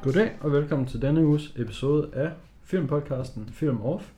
Goddag og velkommen til denne uges episode af filmpodcasten Film Off.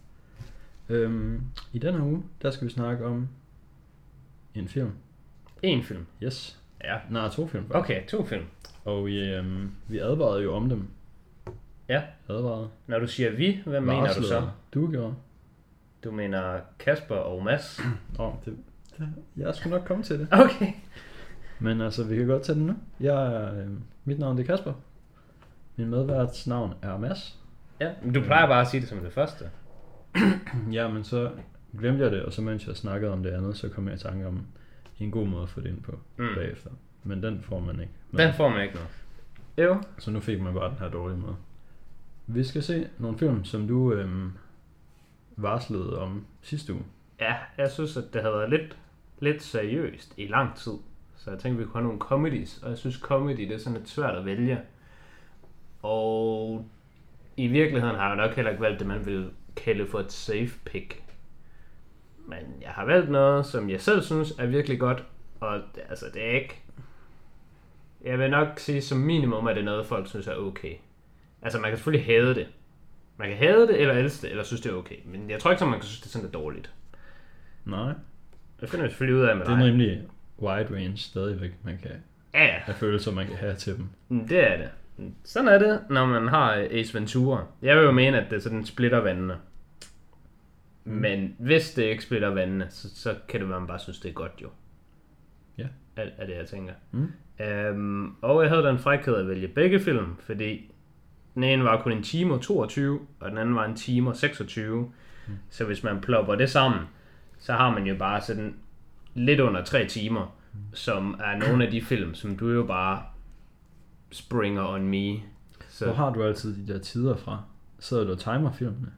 I denne uge, der skal vi snakke om en film. En film? Yes. Ja. Nej, 2 film. Okay, 2 film. Og vi advarede jo om dem. Ja. Advarede. Når du siger vi, hvad mener du så? Du gjorde. Du mener Kasper og Mads? Jeg skal nok komme til det. Okay. Men altså, vi kan godt tage den nu. Mit navn er Kasper. Min medværts navn er Mads. Ja, men du plejer bare at sige det som det første. Ja, men så glemte jeg det, og så mens jeg snakkede om det andet, så kom jeg i tanke om en god måde at få det ind på bagefter. Men den får man ikke. Den får man ikke noget. Jo. Så nu fik man bare den her dårlige måde. Vi skal se nogle film, som du varslede om sidste uge. Ja, jeg synes, at det havde været lidt seriøst i lang tid. Så jeg tænkte, vi kunne have nogle comedies. Og jeg synes, comedy det er sådan lidt svært at vælge. Og i virkeligheden har jeg nok heller ikke valgt det, man vil kalde for et safe pick. Men jeg har valgt noget, som jeg selv synes er virkelig godt. Og det er ikke... Jeg vil nok sige som minimum, at det er noget, folk synes er okay. Altså, man kan selvfølgelig hade det. Man kan hade det, eller elske det, eller synes, det er okay. Men jeg tror ikke, at man kan synes, det er sådan lidt dårligt. Nej. Det finder vi selvfølgelig ud af med dig. Det er en rimelig wide range stadigvæk, man kan have følelser, man kan have til dem. Det er det. Sådan er det, når man har Ace Ventura. Jeg vil jo mene, at det sådan splitter vandene. Men hvis det ikke splitter vandene, så kan det være, at man bare synes, det er godt jo. Ja. Er det, jeg tænker. Og jeg havde den frækhed at vælge begge film, fordi den ene var kun 1 time og 22, og den anden var 1 time og 26. Så hvis man plopper det sammen, så har man jo bare sådan lidt under 3 timer, som er nogle af de film, som du jo bare springer on me. Så. Hvor har du altid de der tider fra? Sidder du og timer filmene?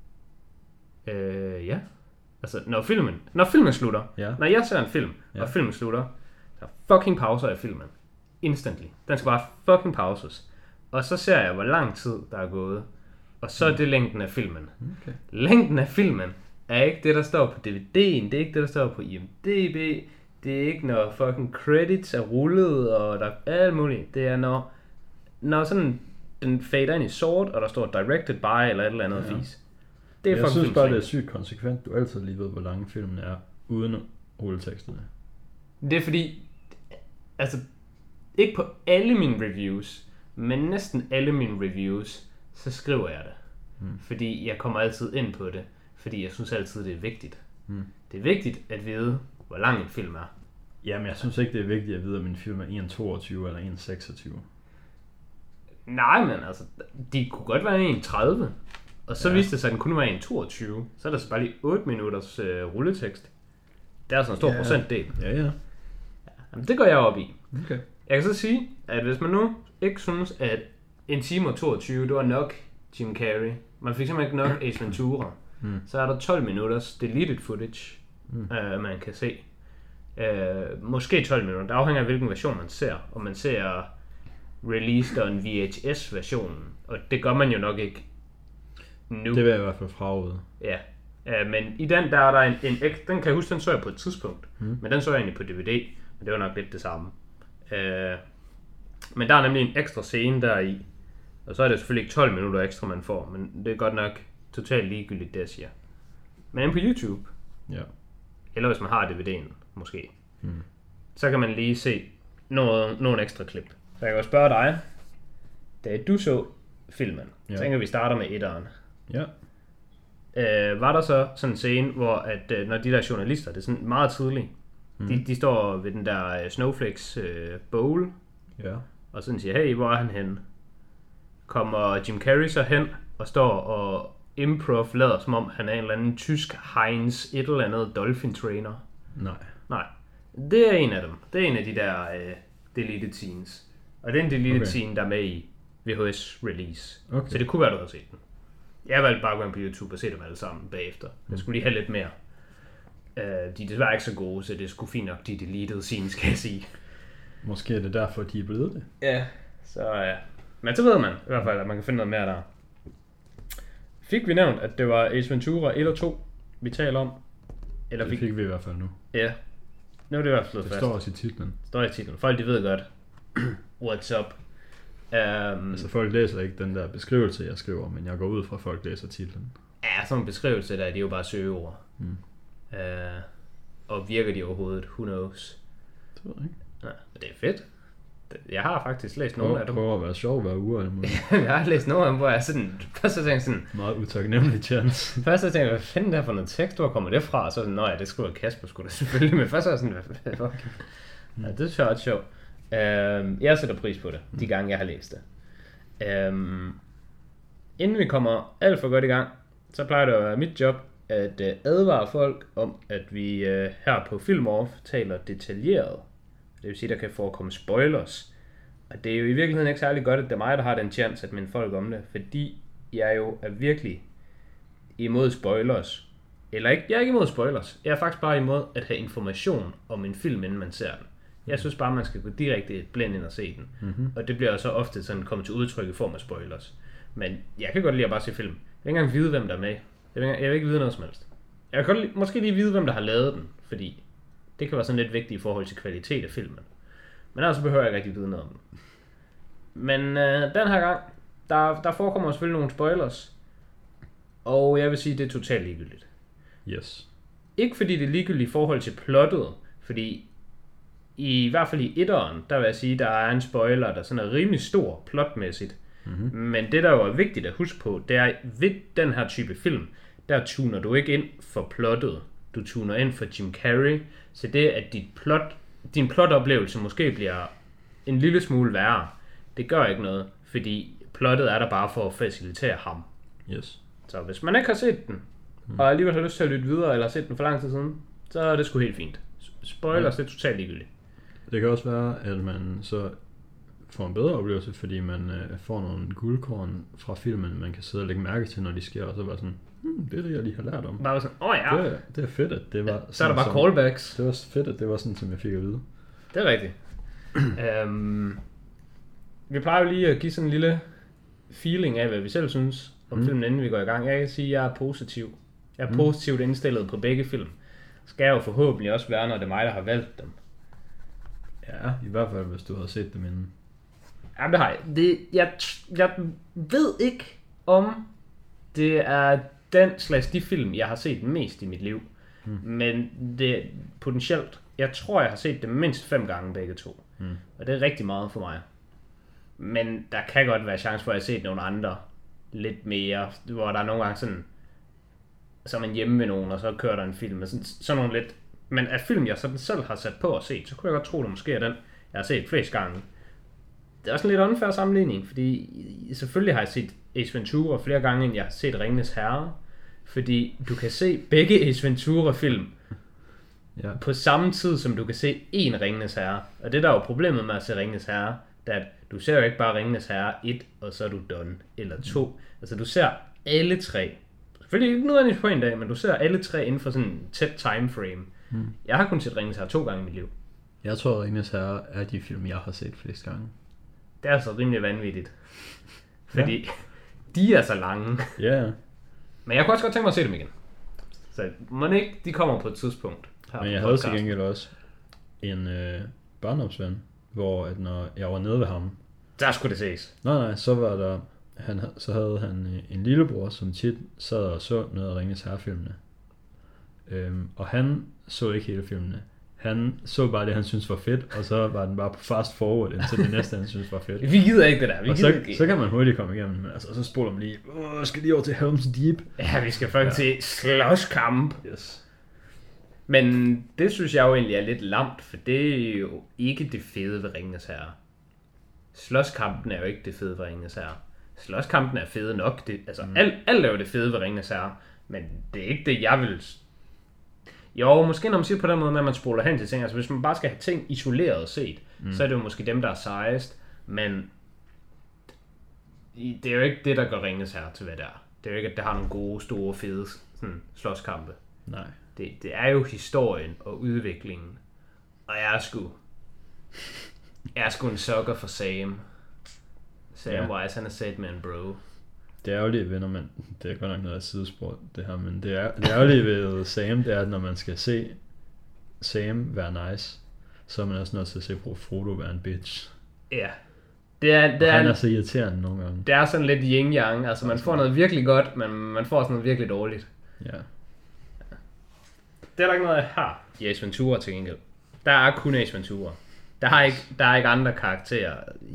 Ja. Altså, når filmen slutter. Ja. Når jeg ser en film, og filmen slutter, der er fucking pauser i filmen. Instantly. Den skal bare fucking pauses. Og så ser jeg, hvor lang tid der er gået. Og så er det længden af filmen. Okay. Længden af filmen er ikke det, der står på DVD'en. Det er ikke det, der står på IMDb. Det er ikke, når fucking credits er rullet, og der er alt muligt. Det er, når sådan den fader ind i sort, og der står directed by, eller et eller andet fis. Det er jeg synes bare, det er sygt konsekvent. Du altid lige ved, hvor lange filmen er, uden rulleteksterne. Det er fordi, altså, ikke på alle mine reviews, men næsten alle mine reviews, så skriver jeg det. Fordi jeg kommer altid ind på det. Fordi jeg synes altid, det er vigtigt. Det er vigtigt at vide, hvor lang en film er. Jamen, jeg synes ikke, det er vigtigt at vide, om en film er 1.22 eller 1.26. Nej, men altså, de kunne godt være 1.30. Og så viste det sig, at den kunne være 1.22. Så er der så bare lige 8 minutters rulletekst. Det er sådan en stor procentdel. Ja. Jamen, det går jeg op i. Okay. Jeg kan så sige, at hvis man nu ikke synes, at 1 time og 22, det var nok Jim Carrey. Man fik simpelthen ikke nok Ace Ventura. Så er der 12 minutters deleted footage, man kan se. Måske 12 minutter. Det afhænger af, hvilken version man ser. Og man ser released on VHS-versionen. Og det gør man jo nok ikke nu. Det vil jeg i hvert fald fraråde. Ja. Men i den, der er der den kan jeg huske, den så jeg på et tidspunkt. Men den så jeg egentlig på DVD. Men det var nok lidt det samme. Men der er nemlig en ekstra scene der i. Og så er det selvfølgelig ikke 12 minutter ekstra, man får. Men det er godt nok totalt ligegyldigt, det jeg siger. Men inde på YouTube. Ja. Eller hvis man har DVD'en, måske. Så kan man lige se nogle ekstra klip. Så jeg kan jo spørge dig. Da du så filmen, så tænker vi starter med etteren. Ja. Var der så sådan en scene, hvor at, når de der journalister, det er sådan meget tidligt, de står ved den der Snowflakes bowl, og sådan siger, hey, hvor er han henne? Kommer Jim Carrey så hen og står og improv lader, som om han er en eller anden tysk Heinz, et eller andet dolphin trainer? Nej. Det er en af dem. Det er en af de der deleted scenes. Og det er en deleted scene, der er med i VHS release. Så det kunne være, du havde set den. Jeg valgte bare at gå ind på YouTube og se dem alle sammen bagefter. Jeg skulle lige have lidt mere. De er desværre ikke så gode, så det skulle fint nok de deleted scenes, skal jeg sige. Måske er det derfor, de er blevet det. Ja, så... Men så ved man i hvert fald, at man kan finde noget mere der. Fik vi nævnt, at det var Ace Ventura 1 og 2, vi taler om? Eller det fik vi i hvert fald nu. Ja, nu er det i hvert fald fast. Det står også i titlen. Det står i titlen. Folk de ved godt, what's up. Altså folk læser ikke den der beskrivelse, jeg skriver, men jeg går ud fra, at folk læser titlen. Ja, sådan en beskrivelse der, de er jo bare søgeord. Og virker de overhovedet? Who knows? Det ved jeg ikke. Ja, men det er fedt. Jeg har faktisk læst nogle af dem. Prøv at være sjov hver uge. Jeg har læst nogle af dem, hvor jeg sådan... Først så tænkte jeg sådan... Meget utaknemmelig chance. Først så tænkte jeg, hvad fanden der for noget tekst, hvor kommer det fra? Og så sådan, nå ja, det skulle Kasper sgu da selvfølgelig. Men først så sådan, hvad fuck? Ja, det er sjovt. Jeg sætter pris på det, de gange jeg har læst det. Inden vi kommer alt for godt i gang, så plejer det at være mit job at advare folk om, at vi her på Film Off taler detaljeret. Det vil sige, der kan forekomme spoilers. Og det er jo i virkeligheden ikke særlig godt, at det er mig, der har den chance at minde folk om det. Fordi jeg jo er virkelig imod spoilers. Eller ikke, jeg er ikke imod spoilers. Jeg er faktisk bare imod at have information om en film, inden man ser den. Jeg synes bare, man skal gå direkte blind ind og se den. Mm-hmm. Og det bliver så ofte sådan kommet til udtryk i form af spoilers. Men jeg kan godt lide at bare se film. Jeg vil ikke engang vide, hvem der er med. Jeg vil ikke vide noget som helst. Jeg kan godt måske lige vide, hvem der har lavet den. Fordi det kan være sådan lidt vigtigt i forhold til kvalitet af filmen. Men ellers behøver jeg ikke rigtig vide noget om den. Men den her gang, der forekommer selvfølgelig nogle spoilers. Og jeg vil sige, det er totalt ligegyldigt. Yes. Ikke fordi det er ligegyldigt i forhold til plottet. Fordi i hvert fald i etteren, der vil jeg sige, der er en spoiler, der sådan er rimelig stor plotmæssigt. Mm-hmm. Men det, der jo er vigtigt at huske på, det er, ved den her type film, der tuner du ikke ind for plottet. Du tuner ind for Jim Carrey. Så det, at din plotoplevelse måske bliver en lille smule værre, det gør ikke noget. Fordi plottet er der bare for at facilitere ham. Yes. Så hvis man ikke har set den, og alligevel har lyst til at lytte videre, eller har set den for lang tid siden, så er det sgu helt fint. Spoilers, det er totalt ligegyldigt. Det kan også være, at man så får en bedre oplevelse, fordi man får nogle guldkorn fra filmen, man kan sidde og lægge mærke til, når de sker, og så bare sådan, det er det, jeg lige har lært om. Bare sådan, ja. Det er fedt, at det var... Ja, så er der bare callbacks. Det var fedt, at det var sådan, som jeg fik at vide. Det er rigtigt. Vi plejer jo lige at give sådan en lille feeling af, hvad vi selv synes om filmen, inden vi går i gang. Jeg kan sige, at jeg er positiv. Jeg er positivt indstillet på begge film. Skal jeg jo forhåbentlig også være, når det er mig, der har valgt dem. Ja, i hvert fald, hvis du havde set dem inden. Jamen, det har jeg. Jeg ved ikke, om det er de film, jeg har set mest i mit liv. Men det er potentielt. Jeg tror, jeg har set dem mindst 5 gange begge to. Og det er rigtig meget for mig. Men der kan godt være chance for, at jeg har set nogle andre lidt mere, hvor der er nogle gange sådan, så er man hjemme med nogen, og så kører der en film. Sådan nogle lidt. Men af film, jeg sådan selv har sat på og set, så kunne jeg godt tro, det måske er den, jeg har set flest gange. Det er også en lidt unfair sammenligning, fordi selvfølgelig har jeg set Ace Ventura flere gange, end jeg har set Ringenes Herre. Fordi du kan se begge Ace Ventura-film på samme tid, som du kan se én Ringenes Herre. Og det der er jo problemet med at se Ringenes Herre, det er, at du ser jo ikke bare Ringenes Herre 1, og så er du done, eller 2. Altså du ser alle 3. Selvfølgelig ikke nødvendigvis på en dag, men du ser alle 3 inden for sådan en tæt timeframe. Jeg har kun set Ringenes Herre 2 gange i mit liv. Jeg tror, at Ringenes Herre er de film, jeg har set flest gange. Det er altså rimelig vanvittigt. Fordi de er så lange. Ja. Men jeg kunne også godt tænke mig at se dem igen. Så må ikke, de kommer på et tidspunkt. Men jeg havde til gengæld også en barndomsven, hvor at når jeg var nede ved ham, der skulle det ses. Nej, så var der, så havde han en lillebror, som tit sad og så noget af Ringenes Herre-filmene. Og han så ikke hele filmene. Han så bare det, han synes var fedt, og så var den bare på fast forward, indtil det næste, han synes var fedt. Vi gider ikke det der. Så kan man hurtigt komme igennem, men altså, så spoler man lige, skal lige over til Helm's Deep. Ja, vi skal faktisk til slåskamp. Yes. Men det synes jeg jo egentlig er lidt lamt, for det er jo ikke det fede ved Ringenes Herre. Slåskampen er jo ikke det fede ved Ringenes Herre. Slåskampen er fede nok. Alt er jo det fede ved Ringenes Herre, men det er ikke det, jeg vil. Jo, måske når man siger på den måde, at man spoler hen til ting. Altså hvis man bare skal have ting isoleret set, så er det jo måske dem, der er sejest. Men det er jo ikke det, der gør Ringenes Herre til hvad det er. Det er jo ikke, at det har nogle gode, store, fede slåskampe. Nej. Det er jo historien og udviklingen. Og jeg er sgu en sucker for Sam. Wise, han er sat med en bro. Det er jo lige ved, når man, det er godt nok noget af sidespor, det her, men det er jo lige ved Sam, det er, at når man skal se Sam være nice, så er man også nødt til at se Frodo være en bitch. Ja. Han er så irriterende nogle gange. Det er sådan lidt yin-yang. Altså man får noget virkelig godt, men man får sådan noget virkelig dårligt. Ja. Det er der ikke noget af her i Ace Ventura til gengæld. Der er kun Ace Ventura. Der er ikke andre karakterer.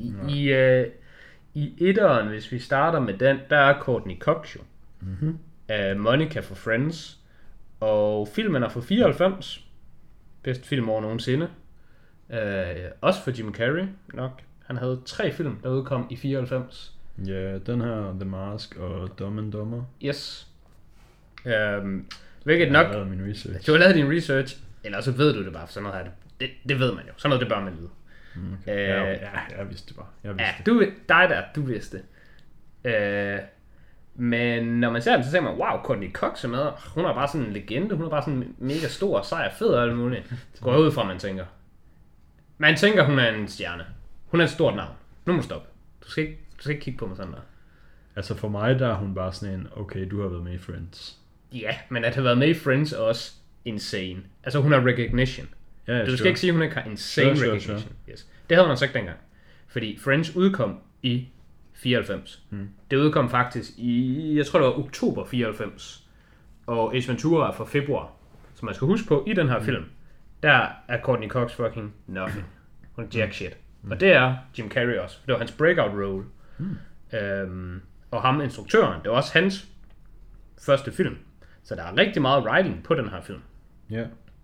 I etteren, hvis vi starter med den, der er Courtney Cox jo. Mm-hmm. Monica for Friends. Og filmen er fra 94. Bedste film over nogensinde. Også for Jim Carrey nok. Han havde 3 film, der udkom i 94. Ja, den her The Mask og Dumb and Dumber. Yes. Hvilket nok... Jeg har lavet min research. Du har lavet din research, eller så ved du det bare, for sådan noget her. Det ved man jo. Sådan noget, det bør man vide. Okay. Jeg vidste det bare. Du vidste det. Men når man ser den, så tænker man, wow, Courtney Cox er med. Hun er bare sådan en legende. Hun er bare sådan en mega stor, sej, fed og alt muligt. Så går jeg ud fra, man tænker. Man tænker, hun er en stjerne. Hun er et stort navn. Nu må du stoppe. Du skal ikke kigge på mig sådan der. Altså for mig, der er hun bare sådan en, okay, du har været med i Friends. Ja, men at have været med i Friends er også insane. Altså hun har recognition. Ja, du skal ikke sige, at hun ikke har insane recognition. Sure. Yes. Det havde hun altså ikke dengang. Fordi Friends udkom i 94. Det udkom faktisk i, jeg tror det var oktober 94. Og Ace Ventura er fra februar. Så man skal huske på, i den her film, der er Courtney Cox fucking nothing. Hun er jack shit. Og det er Jim Carrey også. Det var hans breakout role. Og ham, instruktøren, det var også hans første film. Så der er rigtig meget writing på den her film. Ja.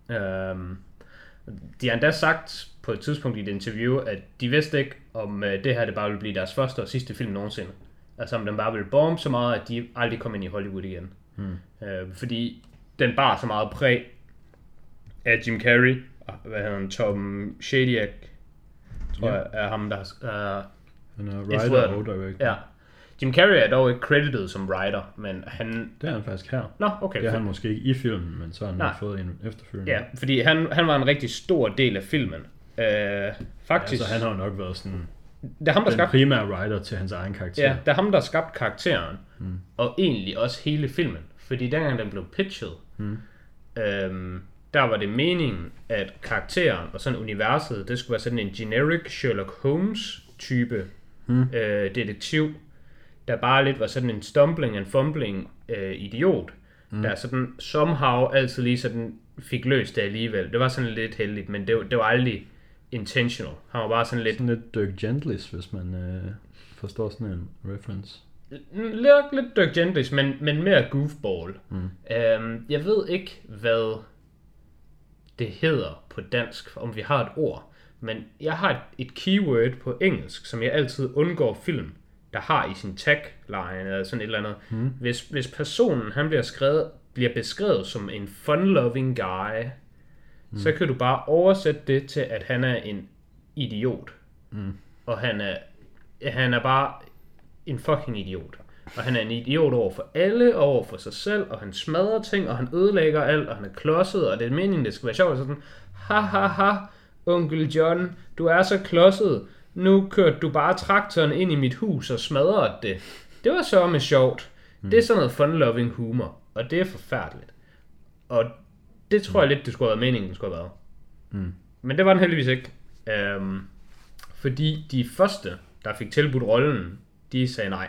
De har endda sagt på et tidspunkt i et interview, at de vidste ikke, om det her det bare ville blive deres første og sidste film nogensinde. Altså om den bare ville bombe så meget, at de aldrig kom ind i Hollywood igen. Fordi den bar så meget præg af Jim Carrey. Hvad hedder han? Tom Shadyac, tror jeg, er ham, der han er writer og director. Ja. Jim Carrey er dog ikke credited som writer, men han... Det er han faktisk her. Nå, okay. Det er han måske ikke i filmen, men så har han fået en efterfølgende. Ja, fordi han var en rigtig stor del af filmen. Faktisk... Altså han har jo nok været sådan... Det er ham, der den primære writer til hans egen karakter. Ja, det er ham, der har skabt karakteren. Og egentlig også hele filmen. Fordi dengang den blev pitchet, der var det meningen, at karakteren og sådan universet, det skulle være sådan en generic Sherlock Holmes type detektiv, der bare lidt var sådan en stumbling and fumbling idiot, der sådan somehow altid lige sådan fik løst det alligevel. Det var sådan lidt heldigt, men det var aldrig intentional. Han var bare sådan lidt... Sådan lidt Dirk Gently's, hvis man forstår sådan en reference. Lidt Dirk Gently's, men mere goofball. Jeg ved ikke, hvad det hedder på dansk, om vi har et ord, men jeg har et keyword på engelsk, som jeg altid undgår film, der har i sin tagline eller sådan et eller andet. Hvis personen han bliver beskrevet som en fun-loving guy, så kan du bare oversætte det til, at han er en idiot. Og han er bare en fucking idiot. Og han er en idiot over for alle, og over for sig selv, og han smadrer ting, og han ødelægger alt, og han er klodset, og det er meningen, det skal være sjovt, sådan, ha, onkel John, du er så klodset, nu kørte du bare traktoren ind i mit hus og smadrede det. Det var så med sjovt. Det er sådan noget fun-loving humor, og det er forfærdeligt. Og det tror jeg lidt, det skulle have været meningen, det skulle have været. Men det var den heldigvis ikke. Fordi de første, der fik tilbudt rollen, de sagde nej.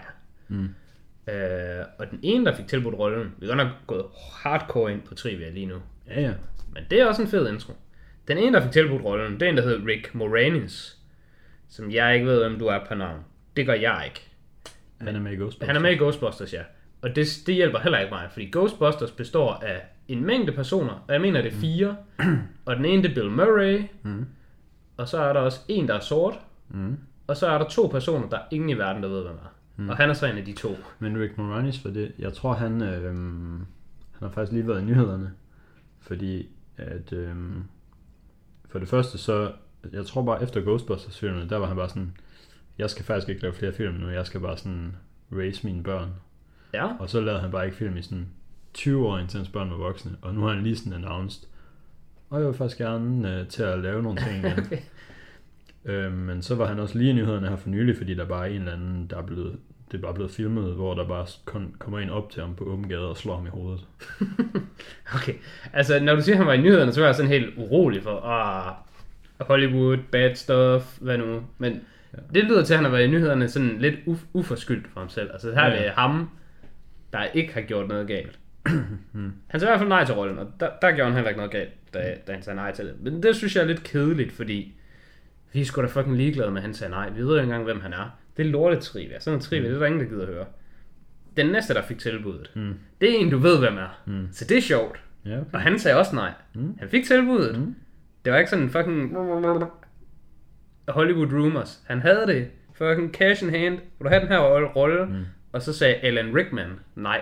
Og den ene, der fik tilbudt rollen, vi er godt nok gået hardcore ind på trivia lige nu. Ja. Men det er også en fed intro. Den ene, der fik tilbudt rollen, det er en, der hedder Rick Moranis, som jeg ikke ved, hvem du er på navn. Det gør jeg ikke. Han er med i Ghostbusters. Han er med i Ghostbusters, ja. Og det hjælper heller ikke mig, fordi Ghostbusters består af en mængde personer, og jeg mener, det er 4. Og den ene, det er Bill Murray, og så er der også en, der er sort, og så er der 2 personer, der er ingen i verden, der ved, hvem er. Og han er så en af de 2. Men Rick Moranis, for det, jeg tror, han har faktisk lige været i nyhederne, fordi at for det første, så jeg tror bare efter Ghostbusters-filmene, der var han bare sådan, jeg skal faktisk ikke lave flere film nu, jeg skal bare sådan raise mine børn. Ja. Og så lavede han bare ikke film i sådan 20 år, indtil hans børn var voksne, og nu har han lige sådan announced, og jeg vil faktisk gerne til at lave nogle ting igen. Okay. Men så var han også lige i nyhederne her for nylig, fordi der bare er en eller anden, det er bare blevet filmet, hvor der bare kommer en op til ham på åben gade og slår ham i hovedet. Okay, altså når du siger, at han var i nyhederne, så var jeg sådan helt urolig for, Hollywood, bad stuff, hvad nu? Men Ja. Det lyder til, at han har været i nyhederne sådan lidt uforskyldt for ham selv. Altså her er det ham, der ikke har gjort noget galt. Han sagde i hvert fald nej til rollen, og der gjorde han heller ikke noget galt, da han sagde nej til det. Men det synes jeg er lidt kedeligt, fordi vi er sgu da fucking ligeglade med, at han sagde nej. Vi ved jo ikke engang, hvem han er. Det er lortetrivia. Sådan en trivia, det er der ingen, der gider at høre. Den næste, der fik tilbuddet, det er en, du ved, hvem er. Så det er sjovt. Ja, okay. Og han sagde også nej. Han fik tilbuddet. Det var ikke sådan en fucking Hollywood Rumors. Han havde det. Fucking cash in hand. Vil du have den her rolle? Og så sagde Alan Rickman nej.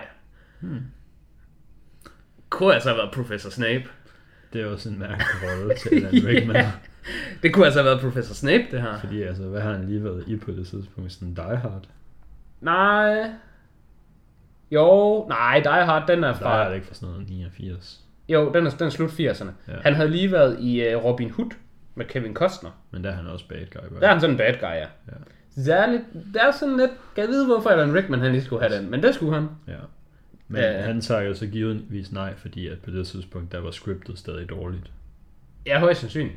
Kunne altså have været Professor Snape. Det er også en mærkelig rolle til Alan Rickman. Det kunne altså have været Professor Snape, det her. Fordi altså, hvad har han lige været i på det tidspunkt? Sådan Die Hard? Nej. Jo, nej, Die Hard, den er fra... Die Hard ikke fra sådan noget 89. Jo, den er slut 80'erne. Ja. Han havde lige været i Robin Hood med Kevin Costner. Men der er han også bad guy. Der er han sådan en bad guy, ja. Det er sådan lidt... Kan jeg vide, hvorfor Alan Rickman han lige skulle have den? Men det skulle han. Ja. Men han tager jo så givetvis nej, fordi at på det tidspunkt, der var scriptet stadig dårligt. Ja, højst sandsynligt.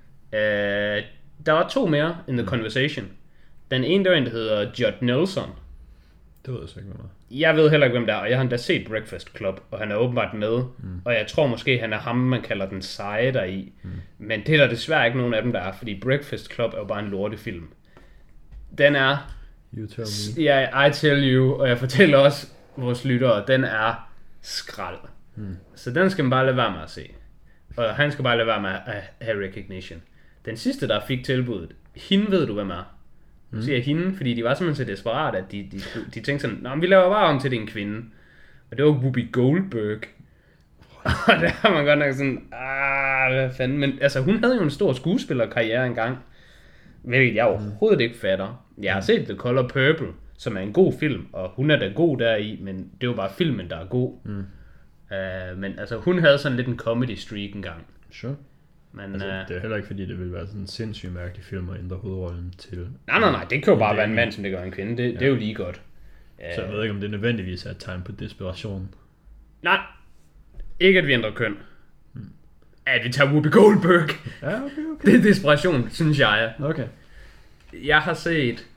Der var 2 mere in the conversation. Den ene, der var en, der hedder Judd Nelson. Det ved jeg så ikke, hvem er. Jeg ved heller ikke, hvem der er, og jeg har endda set Breakfast Club, og han er åbenbart med. Og jeg tror måske, han er ham, man kalder den seje deri. Men det er der desværre ikke nogen af dem, der er, fordi Breakfast Club er jo bare en lortefilm. Den er... You tell me. Ja, I tell you, og jeg fortæller også vores lyttere, den er skrald. Så den skal man bare lade være med at se. Og han skal bare lade være med at have recognition. Den sidste, der fik tilbuddet, hende ved du, hvem er. Nu siger jeg hende, fordi de var simpelthen så desperat, at de tænkte sådan, nå, vi laver bare om til din kvinde. Og det var Whoopi Goldberg. Og der har man godt nok sådan, hvad fanden. Men altså, hun havde jo en stor skuespillerkarriere engang. Hvilket jeg overhovedet ikke fatter. Jeg har set The Color Purple, som er en god film, og hun er da god deri, men det var bare filmen, der er god. Men altså, hun havde sådan lidt en comedy streak engang. Sure. Men, altså, det er heller ikke, fordi det ville være sådan en sindssygt mærkelig film at ændre hovedrollen til... Nej, det kan jo bare være en mand, som det gør en kvinde. Det er jo lige godt. Så jeg ved ikke, om det nødvendigvis er et tegn på desperation. Nej, ikke at vi ændrer køn. At vi tager Whoopi Goldberg. Ja, okay. Det er desperation, synes jeg. Okay. Jeg har set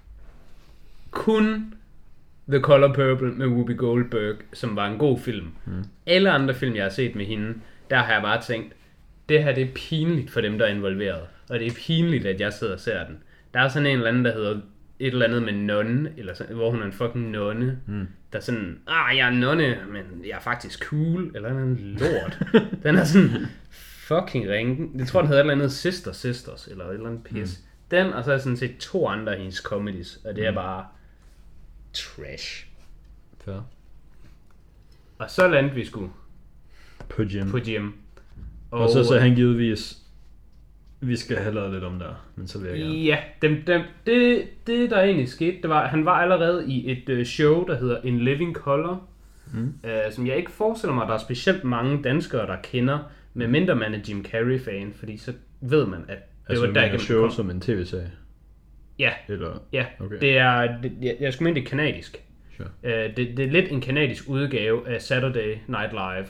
kun The Color Purple med Whoopi Goldberg, som var en god film. Alle andre film, jeg har set med hende, der har jeg bare tænkt, det her det er pinligt for dem, der er involveret. Og det er pinligt, at jeg sidder og ser den. Der er sådan en eller anden, der hedder et eller andet med nonne, eller sådan, hvor hun er en fucking nonne, der er sådan, jeg er en nonne, men jeg er faktisk cool, eller en lort. Den er sådan fucking ringe. Jeg tror, den hedder et eller andet Sisters, eller et eller andet pis. Den, og så har jeg sådan set 2 andre af hendes comedies, og det er bare trash. Fair. Og så landte vi sgu på Jim. Og så sagde han givetvis, vi skal have lavet lidt om der, men så vil jeg gerne. Ja, det der egentlig skete, det var, han var allerede i et show, der hedder In Living Color, som jeg ikke forestiller mig, at der er specielt mange danskere, der kender, medmindre man er Jim Carrey-fan, fordi så ved man, at det altså, var der et show som en tv-serie? Ja, eller? Ja. Okay. Det er, jeg skulle mene, det er kanadisk. Sure. Det er lidt en kanadisk udgave af Saturday Night Live.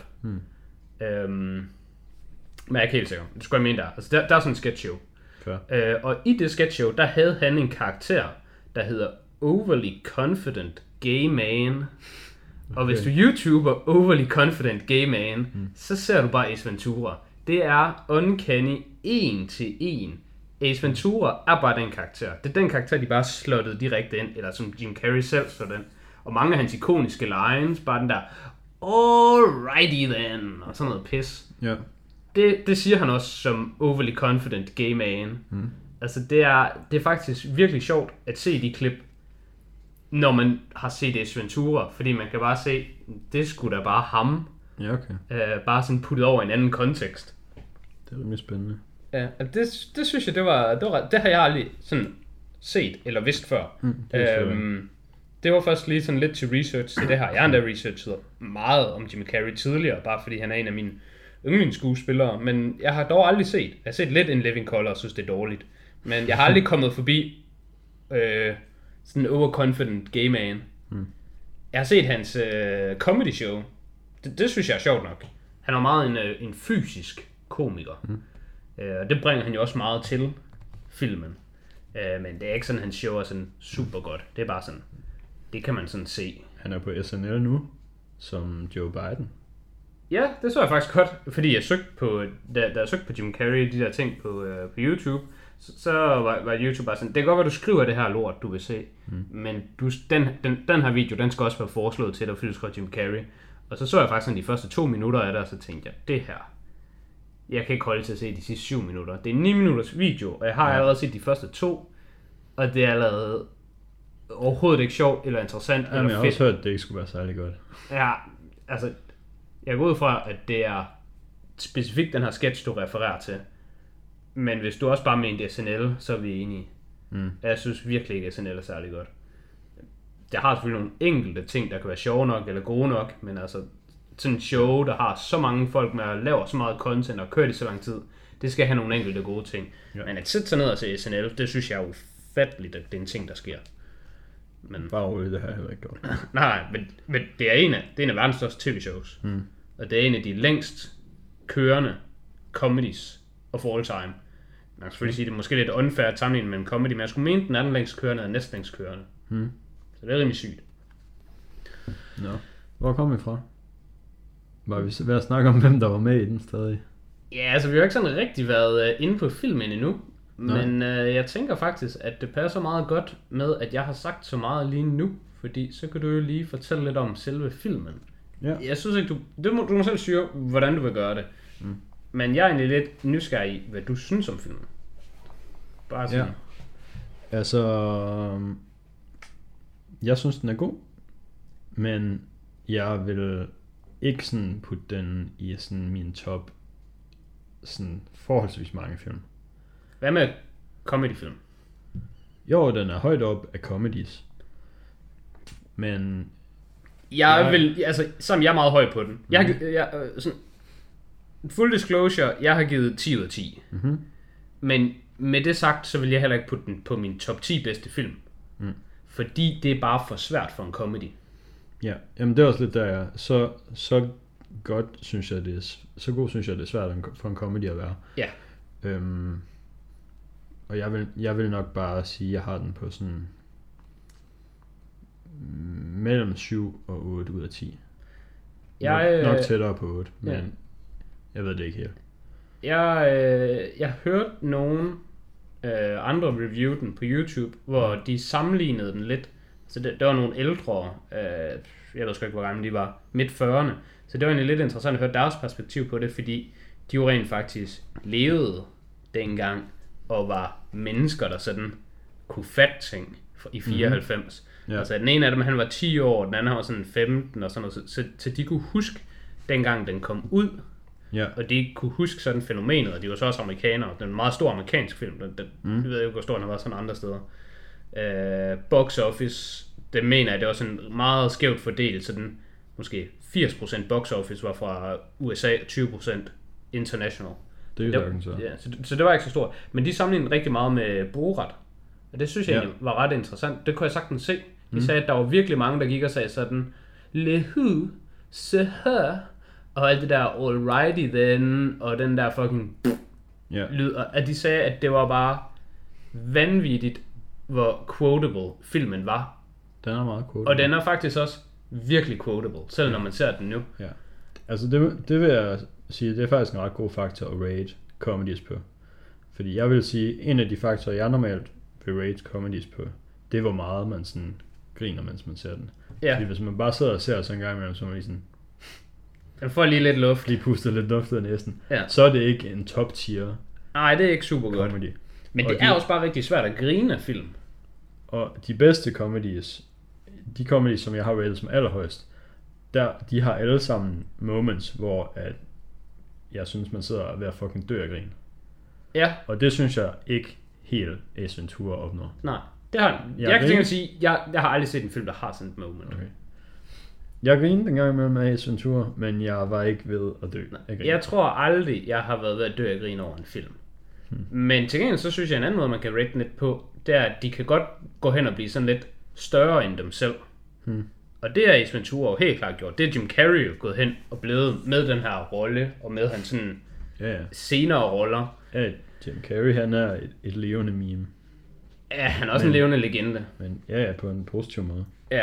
Men jeg er ikke helt sikker. Det skulle jeg mene der. Altså, der er sådan en sketchshow. Og i det sketchshow, der havde han en karakter, der hedder Overly Confident Gay Man. Og hvis du YouTuber Overly Confident Gay Man, så ser du bare Ace Ventura. Det er uncanny 1-1. Ace Ventura er bare den karakter. Det er den karakter, de bare slottede direkte ind, eller som Jim Carrey selv slår den. Og mange af hans ikoniske lines, bare den der, alrighty then, og sådan noget pis. Ja. Det siger han også som overly confident gay man. Altså det er faktisk virkelig sjovt at se de klip, når man har set Ace Ventura, fordi man kan bare se, det skulle da bare ham. Ja, okay. Bare sådan puttet over en anden kontekst. Det er rimelig spændende. Ja, det synes jeg, det har jeg aldrig sådan set eller vidst før. Det var først lige sådan lidt til research til det her. Jeg har endda researchet meget om Jim Carrey tidligere, bare fordi han er en af mine yndlingsskuespillere, men jeg har dog aldrig set. Jeg har set lidt en Living Color og synes det er dårligt, men jeg har aldrig kommet forbi sådan en overconfident gay man. Jeg har set hans comedy show. Det synes jeg er sjovt nok. Han er meget en fysisk komiker. Og det bringer han jo også meget til filmen. Men det er ikke sådan, hans show er sådan super godt. Det er bare sådan, det kan man sådan se. Han er på SNL nu, som Joe Biden. Ja, det så jeg faktisk godt, fordi jeg søgte på, da jeg søgte på Jim Carrey, de der ting på YouTube, så var YouTube bare sådan, det kan godt være, du skriver det her lort, du vil se, men den her video, den skal også være foreslået til dig, fordi du skriver Jim Carrey. Og så jeg faktisk sådan de første 2 minutter af det, og så tænkte jeg, det her, jeg kan ikke holde til at se de sidste 7 minutter. Det er 9 minutters video, og jeg har allerede set de første 2, og det er allerede overhovedet ikke sjovt eller interessant eller fedt. Jeg har også hørt, at det ikke skulle være særlig godt. Ja, altså, jeg går ud fra, at det er specifikt den her sketch, du refererer til. Men hvis du også bare mente SNL, så er vi enige. Jeg synes virkelig ikke, at SNL er særlig godt. Der har selvfølgelig nogle enkelte ting, der kan være sjove nok eller gode nok, men altså sådan en show, der har så mange folk med at lave så meget content og kørt i så lang tid, det skal have nogle enkelte gode ting. Ja. Men at sætte sig ned og se SNL, det synes jeg er ufatteligt, at det er en ting, der sker. Men bare roligt, det har jeg heller ikke gjort. Nej, men det er en af verdens største tv-shows. Og det er en af de længst kørende comedies of all time. Man kan selvfølgelig sige, det er måske lidt unfair at sammenligne med en comedy, men jeg skulle mene, den er den længst kørende og næsten længst kørende. Så det er rimelig sygt. Nå. Hvor kom vi fra? Var vi ved at snakke om, hvem der var med i den stadig? Ja, altså vi har ikke sådan rigtig været inde på filmen endnu. Men jeg tænker faktisk, at det passer meget godt med, at jeg har sagt så meget lige nu. Fordi så kan du jo lige fortælle lidt om selve filmen. Ja. Jeg synes ikke, du må selv styre, hvordan du vil gøre det. Men jeg er egentlig lidt nysgerrig i, hvad du synes om filmen. Bare sådan. Ja. Altså, jeg synes, den er god. Men jeg vil ikke sådan putte den i sådan min top sådan forholdsvis mange film. Hvad med comedyfilm? Jo, den er højt op af comedies. Men jeg vil, altså, som jeg er meget høj på den. Sådan, full disclosure, jeg har givet 10 ud af 10. Men med det sagt, så vil jeg heller ikke putte den på min top 10 bedste film. Fordi det er bare for svært for en comedy. Ja, jamen det er også lidt der jeg så godt synes jeg det er, så god synes jeg det er svært for en comedy at være. Ja. Og jeg vil nok bare sige, at jeg har den på sådan mellem 7 og 8 ud af 10. Nok tættere på 8, men jeg ved det ikke helt. Jeg hørte nogle andre review den på YouTube, hvor de sammenlignede den lidt. Så der var nogle ældre, jeg ved sgu ikke, hvor gamle de var, midt 40'erne. Så det var egentlig lidt interessant at høre deres perspektiv på det, fordi de jo rent faktisk levede dengang, og var mennesker, der sådan kunne fatte ting i 94. Altså den ene af dem, han var 10 år, den anden var sådan 15 og sådan noget, så de kunne huske dengang den kom ud. Og de kunne huske sådan fænomenet, og de var så også amerikanere. Den er en meget stor amerikansk film, jeg ved ikke, hvor stor den har været sådan andre steder. Box office, det mener jeg, det var sådan meget skævt fordelt, så den måske 80% box office var fra USA, 20% international. Det er jo så. Ja, så det var ikke så stort. Men de sammenlignede rigtig meget med Borat, og det synes jeg egentlig var ret interessant. Det kunne jeg sagtens se. De sagde, at der var virkelig mange, der gik og sagde sådan, lehu, se her, og alt det der alrighty then, og den der fucking lyd, at de sagde, at det var bare vanvittigt, hvor quotable filmen var. Den er meget quotable. Og den er faktisk også virkelig quotable, selv når man ser den nu. Ja. Altså det vil jeg sige, det er faktisk en ret god faktor at rate comedies på. Fordi jeg vil sige, en af de faktorer, jeg normalt vil rate comedies på, det er hvor meget man sådan griner, mens man ser den. Ja. Fordi hvis man bare sidder og ser sådan en gang imellem, så er man lige sådan, den får lige lidt luft. Lige puster lidt luft ud af næsen. Ja. Så er det ikke en top tier. Nej, det er ikke super godt. Comedy. Men det er også bare rigtig svært at grine af film. Og de bedste comedies, de comedies, som jeg har rated som allerhøjst, de har alle sammen moments, hvor at jeg synes, man sidder ved at fucking dø af grin. Ja. Og det synes jeg ikke helt Ace Ventura opnår. Nej, det har jeg kan sige, jeg har aldrig set en film, der har sådan et moment. Okay. Jeg grinede en gang imellem med Ace Ventura, men jeg var ikke ved at dø. Jeg tror aldrig, jeg har været ved at dø af grin over en film. Men til gengæld, så synes jeg en anden måde, man kan rate den lidt på, det er, at de kan godt gå hen og blive sådan lidt større end dem selv. Og det er Ace Ventura jo helt klart gjort. Det er Jim Carrey jo gået hen og blevet med den her rolle, og med hans sådan senere roller. Ja, Jim Carrey, han er et levende meme. Ja, han er også en levende legende. Men ja, på en positiv måde. Ja.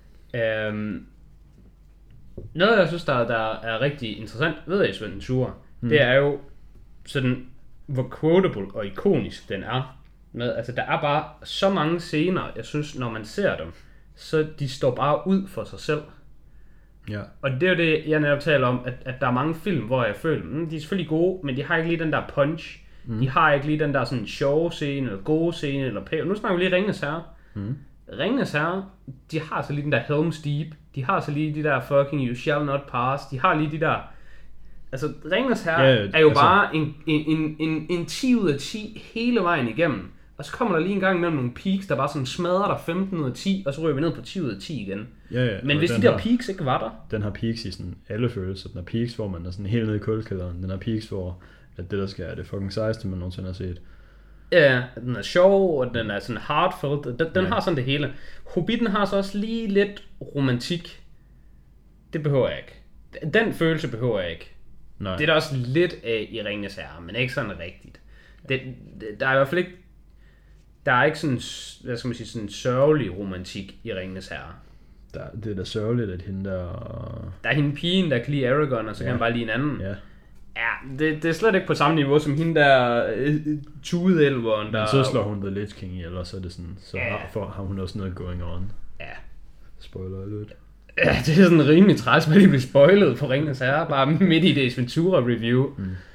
Noget, jeg synes, der er rigtig interessant ved Ace Ventura, det er jo sådan, hvor quotable og ikonisk den er. Altså, der er bare så mange scener, jeg synes, når man ser dem, så de står bare ud for sig selv. Ja. Og det er jo det, jeg netop taler om, at der er mange film, hvor jeg føler, de er selvfølgelig gode, men de har ikke lige den der punch. De har ikke lige den der sådan sjove scene, eller gode scene, eller pæv. Nu snakker vi lige Ringenes Herre. Ringenes Herre, de har så lige den der Helm's Deep. De har så lige de der fucking You Shall Not Pass. De har lige de der... Altså, Ringenes Herre er jo bare en 10 ud af 10 hele vejen igennem. Og så kommer der lige en gang imellem nogle peaks, der bare sådan smadrer der 15 ud af 10, og så ryger vi ned på 10 ud af 10 igen. Ja, men hvis de der peaks ikke var der... Den har peaks i sådan alle følelser. Den har peaks, hvor man er sådan helt nede i kuldekælderen. Den har peaks, hvor at det der sker, er det fucking sejeste, man nogensinde har set. Ja, den er sjov, og den er sådan heartfelt. Den har sådan det hele. Hobbiten har så også lige lidt romantik. Det behøver jeg ikke. Den følelse behøver jeg ikke. Nej. Det er der også lidt af i Ringenes Herre, men ikke sådan rigtigt. Der er i hvert fald ikke... Der er ikke sådan, hvad skal man sige, sådan sørgelig romantik i Ringenes Herre. Det er da sørgeligt, at hende der... Der er hende pigen, der kan lide Aragorn, og så kan han bare lide en anden. Ja. Ja, det er slet ikke på samme niveau som hende der tudelveren, der... Men så slår hun The Lich King ihjel, og så er det sådan, så har hun også noget going on. Ja. Spoiler alert. Ja, det er sådan rimelig træls, med at de bliver spoilet på Ringenes Herre, bare midt i det Ventura review.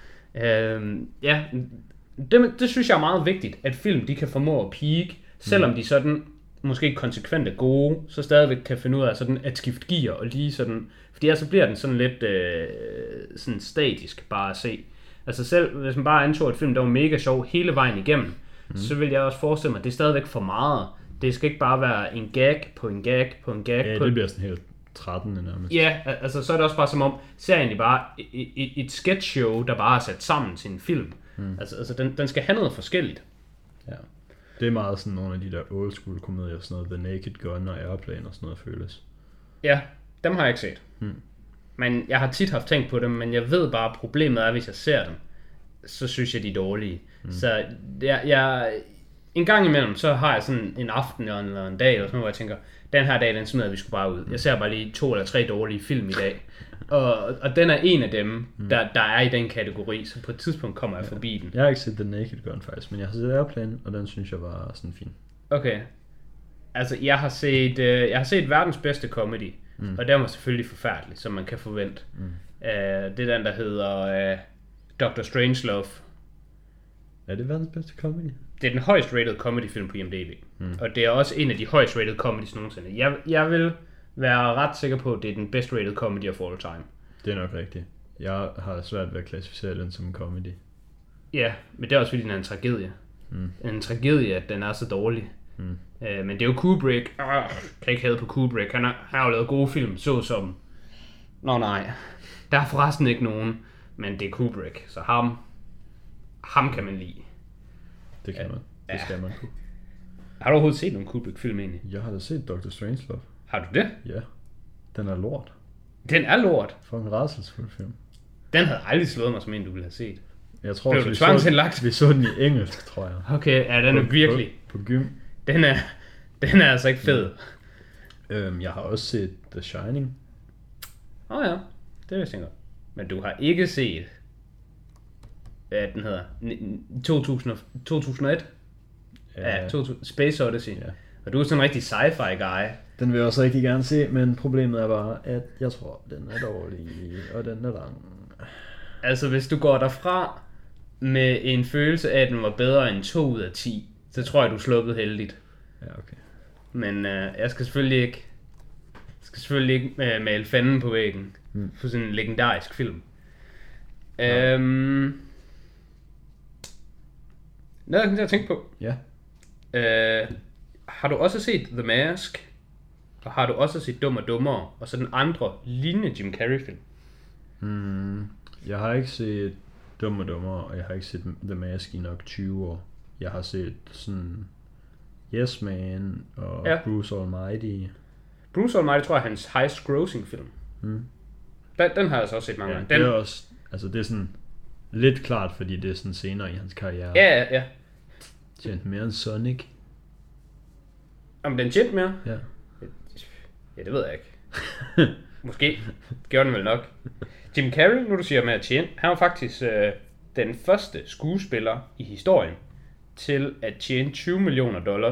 Ja, det synes jeg er meget vigtigt, at film de kan formå at peak, selvom de sådan måske ikke konsekvent er gode, så stadigvæk kan finde ud af sådan at skifte gear og lige sådan, fordi så bliver den sådan lidt sådan statisk bare at se. Altså selv hvis man bare antog et film, der var mega sjov hele vejen igennem, så vil jeg også forestille mig, at det er stadigvæk for meget. Det skal ikke bare være en gag på en gag på en gag. Ja, det bliver sådan helt 13 nærmest. Ja, altså så er det også bare som om, serien er bare et sketch show, der bare er sat sammen til en film. Altså den skal have noget forskelligt. Ja. Det er meget sådan nogle af de der old school komedier, sådan noget The Naked Gun og Airplane og sådan noget føles. Ja, dem har jeg ikke set. Men jeg har tit haft tænkt på dem, men jeg ved bare, at problemet er, hvis jeg ser dem, så synes jeg, de er dårlige. Så jeg en gang imellem, så har jeg sådan en aften eller en dag, eller sådan noget, hvor jeg tænker, den her dag, den smider vi sgu bare ud. Jeg ser bare lige 2 eller 3 dårlige film i dag. Og den er en af dem, der er i den kategori, så på et tidspunkt kommer jeg forbi den. Jeg har ikke set The Naked Gun faktisk, men jeg har set Airplane, og den synes jeg var sådan fin. Okay. Altså, jeg har set verdens bedste comedy, og den var selvfølgelig forfærdelig, som man kan forvente. Det er den, der hedder Dr. Strangelove. Er det verdens bedste comedy? Det er den højst rated comedy film på IMDb. Og det er også en af de højst rated comedies nogensinde. Jeg vil være ret sikker på, at det er den best rated comedy of all time. Det er nok rigtigt. Jeg har svært ved at klassificere den som en comedy. Ja, men det er også fordi, den er en tragedie. En tragedie, at den er så dårlig. Men det er jo Kubrick. Kan ikke hade på Kubrick. Han har jo lavet gode film, såsom... nej. Der er forresten ikke nogen, men det er Kubrick. Så ham kan man lide. Det kan man. Det skal man kunne. Har du overhovedet set nogle Kubrick-film egentlig? Jeg har da set Dr. Strangelove. Har du det? Ja. Den er lort. Den er lort? For en rædselsfuld film. Den havde aldrig slået mig som en, du ville have set. Jeg tror også, vi så den i engelsk, tror jeg. Okay, ja, den er virkelig... På gym. Den er altså ikke fed. Jeg har også set The Shining. Ja, det vidste jeg godt. Men du har ikke set... Hvad den hedder? 2001? Ja, Space Odyssey. Ja. Og du er sådan en rigtig sci-fi guy. Den vil jeg også rigtig gerne se, men problemet er bare, at jeg tror, den er dårlig, og den er lang. Altså, hvis du går derfra med en følelse af, at den var bedre end 2 ud af 10, så tror jeg, du er sluppet heldigt. Ja, okay. Men jeg skal selvfølgelig ikke male fanden på væggen for sådan en legendarisk film. Noget, jeg tænkte på. Ja. Har du også set The Mask? Og har du også set Dum og Dummere? Og så den andre lignende Jim Carrey-film? Jeg har ikke set Dum og Dummere, og jeg har ikke set The Mask i nok 20 år. Jeg har set sådan Yes Man og Bruce Almighty. Bruce Almighty tror jeg er hans highest grossing film. Den har jeg så også set mange gange. Det er også, altså det er sådan lidt klart, fordi det er sådan senere i hans karriere. Ja. Tjent mere end Sonic. Om den tjente mere? Ja. Ja, det ved jeg ikke. Måske. Gjorde den vel nok. Jim Carrey, nu du siger med at tjene, han var faktisk den første skuespiller i historien til at tjene $20 million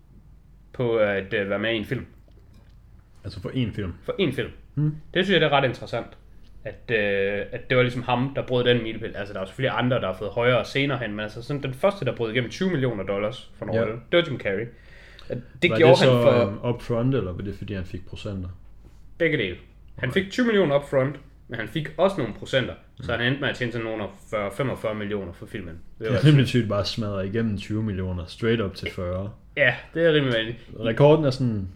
på at være med i en film. Altså for én film? For én film. Det synes jeg, det er ret interessant. At det var ligesom ham, der brød den milepæl. Altså, der er selvfølgelig andre, der har fået højere senere hen, men altså sådan den første, der brød igennem $20 million for en rolle, det var Jim Carrey. Det var gjorde det så han for upfront, eller var det fordi han fik procenter? begge dele. Han fik 20 millioner upfront, men han fik også nogle procenter, så han endte med at tjene til nogle 40-45 millioner for filmen. Det er rimelig tydeligt bare smadret igennem 20 millioner, straight up til 40. Ja, det er rimelig vanligt. Rekorden er sådan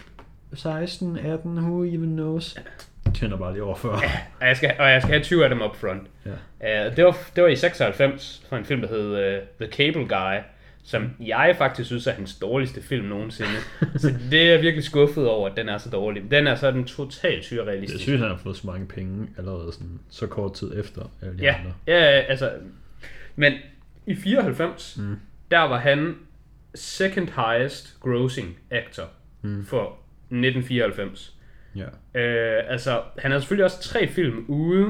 16, 18, who even knows? Tjener bare lige over 40. Ja, jeg skal have 20 af dem upfront. Ja. Det var i 96 for en film, der hed The Cable Guy, som jeg faktisk synes er hans dårligste film nogensinde. Så det er jeg virkelig skuffet over, at den er så dårlig. Den er sådan totalt surrealistisk. Jeg synes, han har fået så mange penge allerede sådan, så kort tid efter alle de andre. Ja, altså... Men i 94, der var han second highest grossing actor for 1994. Ja. Altså, han havde selvfølgelig også 3 film ude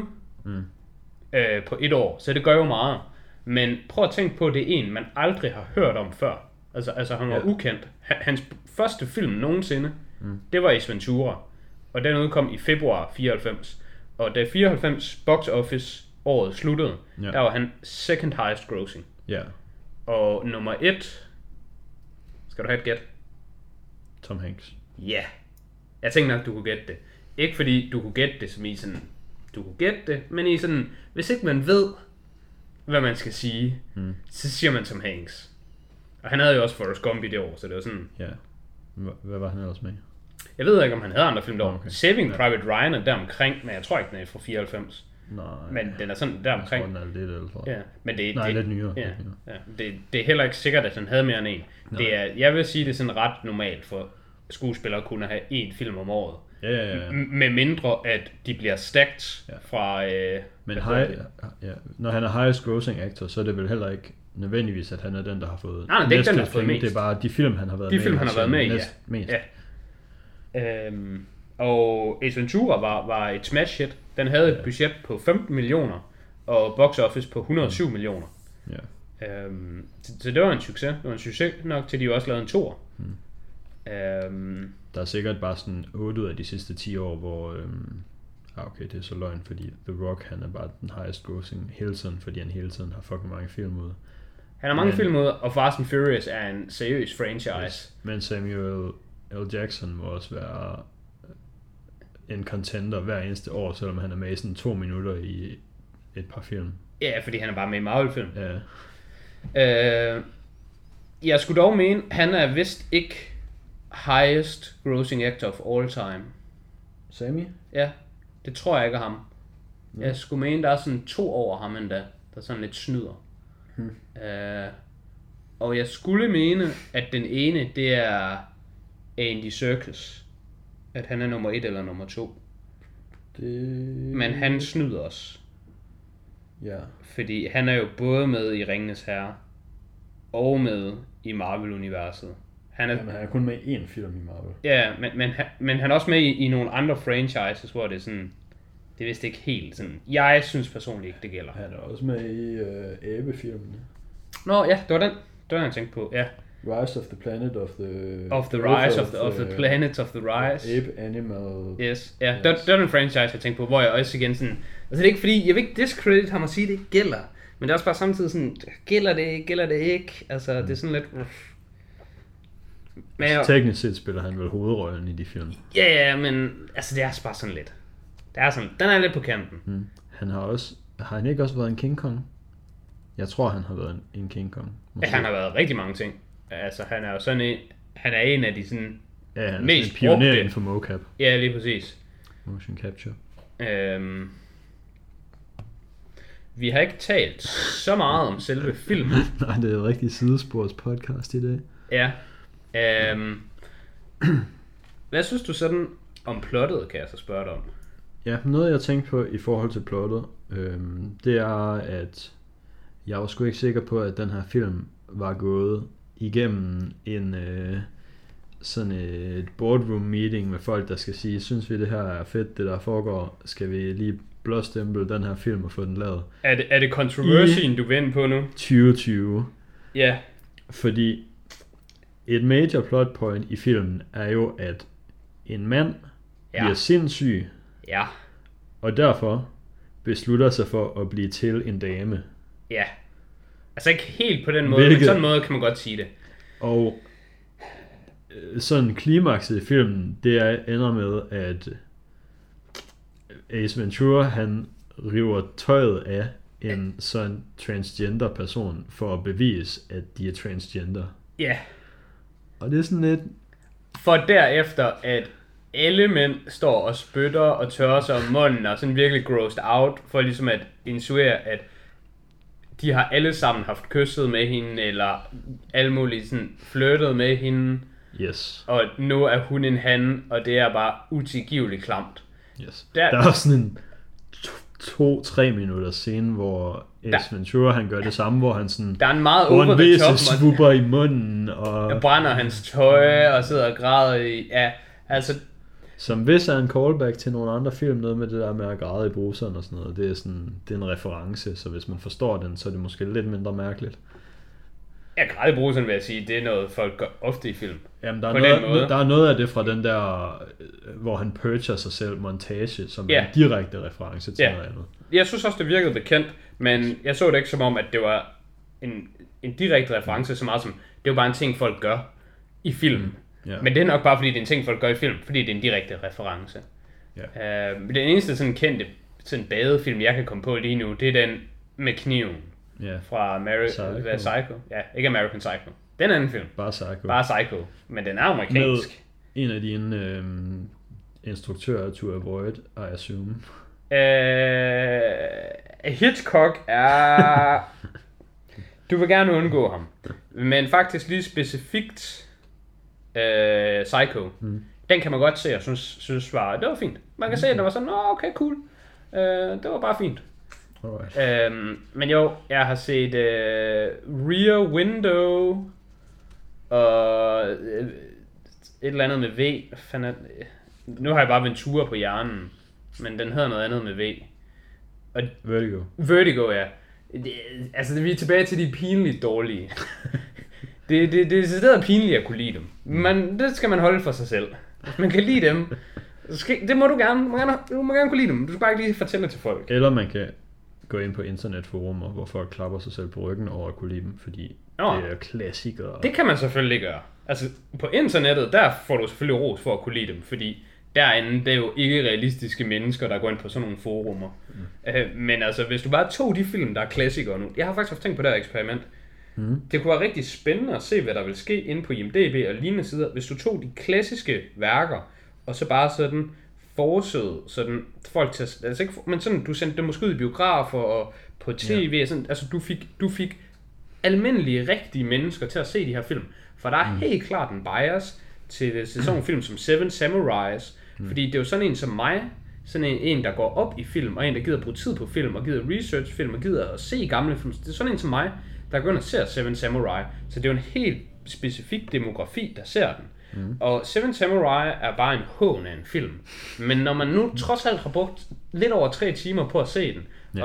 på et år, så det gør jo meget. Men prøv at tænke på, at det er en, man aldrig har hørt om før. Altså han var ukendt. Hans første film nogensinde, det var Ace Ventura. Og den udkom i februar 94. Og da 94 box office året sluttede, der var han second highest grossing. Ja. Og nummer 1, skal du have et gæt? Tom Hanks. Ja. Jeg tænkte nok, du kunne gætte det. Ikke fordi du kunne gætte det som i sådan, du kunne gætte det, men i sådan, hvis ikke man ved, hvad man skal sige, så siger man Tom Hanks. Og han havde jo også Forrest Gump i det år, så det var sådan... Ja. Hvad var han ellers med? Jeg ved ikke, om han havde andre film derovre. Okay. Saving Private Ryan er deromkring, men jeg tror ikke, den er fra 94. Nej. Men den er sådan deromkring. Jeg tror, den er lidt ældre. Ja, men det, nej, lidt nyere. Ja, det er heller ikke sikkert, at han havde mere end en. Det er, jeg vil sige, det er sådan ret normalt for skuespillere at kunne have én film om året. Ja. Med mindre, at de bliver stacked fra... Men når han er highest grossing actor, så er det vel heller ikke nødvendigvis, at han er den, der har fået... Nej, det er ikke den, der har fået mest. Det er bare de film, han har været med i. De film, han har været med i, mest. Ja. Og Ace Ventura var et smash hit. Den havde et budget på 15 millioner, og box office på 107 millioner. Ja. Så det var en succes. Det var en succes nok til, de også lavede en toer. Der er sikkert bare sådan 8 ud af de sidste 10 år, hvor... okay, det er så løgn, fordi The Rock, han er bare den highest grossing hele tiden, fordi han hele tiden har fucking mange film ud. Han har mange film ud, og Fast and Furious er en seriøs franchise. Yes. Men Samuel L. Jackson må også være en contender hver eneste år, selvom han er med i sådan 2 minutter i et par film. Ja, fordi han er bare med i Marvel-film. Ja. Jeg skulle dog mene, han er vist ikke highest grossing actor of all time. Sammy? Ja, det tror jeg ikke er ham. Jeg skulle mene, der er sådan 2 over ham endda, der sådan lidt snyder. Og jeg skulle mene, at den ene, det er Andy Serkis. At han er nummer 1 eller nummer 2. Men han snyder også. Ja. Fordi han er jo både med i Ringenes Herre og med i Marvel-universet. Han er kun med i én film i Marvel. Ja, men han er også med i nogle andre franchises, hvor det er sådan... Det er vist ikke helt sådan... Jeg synes personligt ikke, det gælder. Han er også med i Abe-filmene. Nå ja, det var den jeg tænkte på, ja. Rise of the Planet of the... Of the Rise of the Planet of the Rise. Ape Animal... Yes, ja. Yes. Det var den franchise, jeg tænkte på, hvor jeg også igen sådan... Altså det er ikke fordi, jeg vil ikke discredit ham og sige, det ikke gælder. Men det er også bare samtidig sådan, gælder det ikke? Altså det er sådan lidt... Men teknisk set spiller han vel hovedrollen i de film. Ja, men altså det er bare sådan lidt. Det er sådan, den er lidt på kanten. Han har han ikke også været en King Kong? Jeg tror han har været en King Kong. Måske. Ja, han har været rigtig mange ting. Altså han er jo sådan han er en af de sådan mest en pioner inden for mocap. Ja, lige præcis. Motion capture. Vi har ikke talt så meget om selve filmen. Nej, det er et rigtig sidespors podcast i dag. Ja. Hvad synes du sådan om plottet, kan jeg så spørge dig om? Ja, noget jeg tænkte på i forhold til plottet, det er, at jeg var sgu ikke sikker på, at den her film var gået igennem en sådan et boardroom meeting med folk, der skal sige, synes vi det her er fedt, det der foregår, skal vi lige blåstemple den her film og få den lavet. Er det controversien, du vil ind på nu? 2020. Ja. Fordi et major plot point i filmen er jo, at en mand bliver sindssyg, og derfor beslutter sig for at blive til en dame. Ja. Altså ikke helt på den måde, men sådan en måde kan man godt sige det. Og sådan klimakset i filmen, det ender med, at Ace Ventura, han river tøjet af en sådan transgender person, for at bevise, at de er transgender. Ja. Og det er sådan lidt... For derefter, at alle mænd står og spytter og tørrer sig om munden, og sådan virkelig grossed out, for ligesom at insuere, at de har alle sammen haft kysset med hende, eller alle mulige sådan flirtet med hende. Yes. Og nu er hun en han, og det er bare utilgiveligt klamt. Yes. Der er også sådan en 2-3 minutter scene, hvor Ace Ventura, han gør det samme, hvor han sådan... Der er en meget over the top, svupper i munden, og... brænder hans tøj, og sidder og græder i... Ja, altså... Som hvis er en callback til nogle andre film, noget med det der med at græde i bruseren og sådan noget. Det er en reference, så hvis man forstår den, så er det måske lidt mindre mærkeligt. Ja, græde i bruseren vil jeg sige, det er noget folk gør ofte i film. Jamen, der er noget af det fra den der, hvor han purger sig selv montage, som er en direkte reference til noget andet. Jeg synes også, det virkede bekendt, men jeg så det ikke som om, at det var en direkte reference, så meget som, det var bare en ting, folk gør i film. Yeah. Men det er nok bare, fordi det er en ting, folk gør i film, fordi det er en direkte reference. Yeah. Den eneste sådan kendte sådan badefilm, jeg kan komme på lige nu, det er den med kniven. Yeah. Fra Psycho. Ja, ikke American Psycho. Den anden film. Bare Psycho. Men den er amerikansk. Med en af dine instruktører to avoid, I assume. Hitchcock er... Du vil gerne undgå ham. Men faktisk lige specifikt Psycho. Den kan man godt se og synes det var fint. Man kan se, at der var sådan, okay, cool. Det var bare fint. Men jo, jeg har set Rear Window og et eller andet med V. Nu har jeg bare Ventura på hjernen, men den hedder noget andet med V. Og Vertigo, ja. Altså, vi er tilbage til de pinligt dårlige. det er stedet pinligt at kunne lide dem. Men det skal man holde for sig selv. Hvis man kan lide dem, det må du gerne. Du må gerne kunne lide dem. Du skal bare ikke lige fortælle til folk. Eller man kan gå ind på internetforumer, hvor folk klapper sig selv på ryggen over at kunne lide dem, fordi det er klassikere. Det kan man selvfølgelig gøre. Altså, på internettet, der får du selvfølgelig ros for at kunne lide dem, fordi derinde, det er jo ikke realistiske mennesker, der går ind på sådan nogle forumer. Men altså, hvis du bare tog de film, der er klassikere nu, jeg har faktisk tænkt på det her eksperiment. Det kunne være rigtig spændende at se, hvad der vil ske inde på IMDb og lignende sider, hvis du tog de klassiske værker, og så bare sådan forsøgede sådan folk til, altså ikke, men sådan, du sendte dem måske ud i biografer og på tv, sådan, altså du fik almindelige, rigtige mennesker til at se de her film, for der er helt klart en bias til sådan en film som Seven Samurais, fordi det er jo sådan en som mig, sådan en der går op i film, og en der gider bruge tid på film, og gider research film, og gider at se gamle film, det er sådan en som mig, der går ind og ser Seven Samurai, så det er jo en helt specifik demografi, der ser den. Og Seven Samurai er bare en hån af en film. Men når man nu trods alt har brugt lidt over 3 timer på at se den,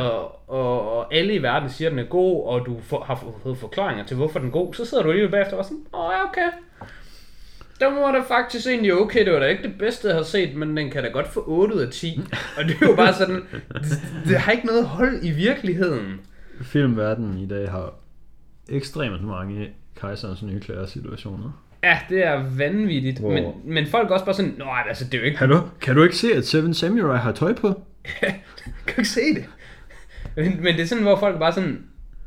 og alle i verden siger, at den er god, og du har fået forklaringer til, hvorfor den er god, så sidder du alligevel bagefter og sådan, okay. Den var da faktisk egentlig okay, det var da ikke det bedste, jeg har set, men den kan da godt få 8 ud af 10. Og det er jo bare sådan, det har ikke noget hold i virkeligheden. Filmverdenen i dag har ekstremt mange Kejserens nye klæder-situationer. Ja, det er vanvittigt, men folk er også bare sådan, altså det er jo ikke... Kan du ikke se, at Seven Samurai har tøj på? Ja, kan du ikke se det? Men det er sådan, hvor folk er bare sådan,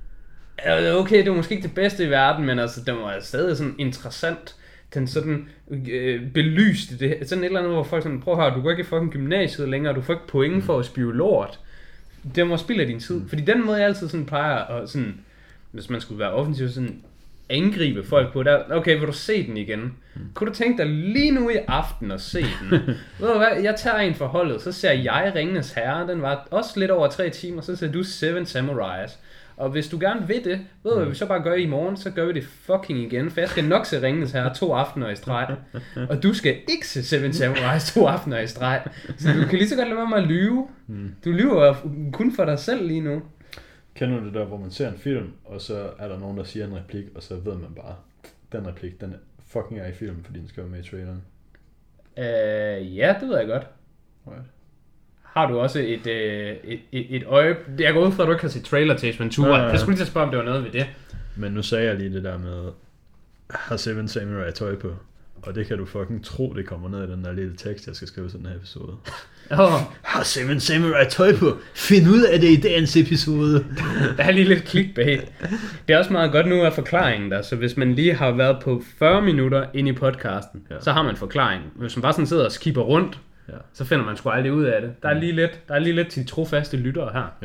okay, det var måske ikke det bedste i verden, men altså, det var stadig sådan interessant. Den sådan belyste det, sådan et eller andet, hvor folk sådan, prøv at høre, du går ikke i fucking gymnasiet længere, du får ikke point for at spille lort. Det må spille din tid, fordi den måde jeg altid sådan plejer at sådan, hvis man skulle være offensiv, sådan angribe folk på, der, okay, vil du se den igen? Kunne du tænke dig lige nu i aften at se den? Ved du hvad, jeg tager en for holdet, så ser jeg Ringenes Herre, den var også lidt over 3 timer, så ser du Seven Samurais. Og hvis du gerne vil det, ved du hvad vi så bare gør i morgen, så gør vi det fucking igen. For jeg skal nok se Ringenes Herre 2 aftener i streg. Og du skal ikke se Seven Samurais 2 aftener i streg. Så du kan lige så godt lade være med at lyve. Du lyver kun for dig selv lige nu. Kender du det der, hvor man ser en film, og så er der nogen, der siger en replik, og så ved man bare, den replik, den fucking er i filmen, fordi den skal være med i traileren? Ja, det ved jeg godt. Right. Har du også et øje... Jeg går ud fra, at du ikke har set trailer til Ace Ventura. Jeg skulle lige til at spørge, om det var noget ved det. Men nu sagde jeg lige det der med, har Seven Samurai tøj på? Og det kan du fucking tro, det kommer ned i den der lille tekst, jeg skal skrive til den her episode. Har Seven Samurai tøj på? Find ud af det i dagens episode. Der er lige lidt clickbait. Det er også meget godt nu af forklaringen der, så hvis man lige har været på 40 minutter ind i podcasten, så har man forklaringen. Hvis man bare sådan sidder og skipper rundt, så finder man sgu aldrig ud af det. Der er lige lidt til trofaste lyttere her.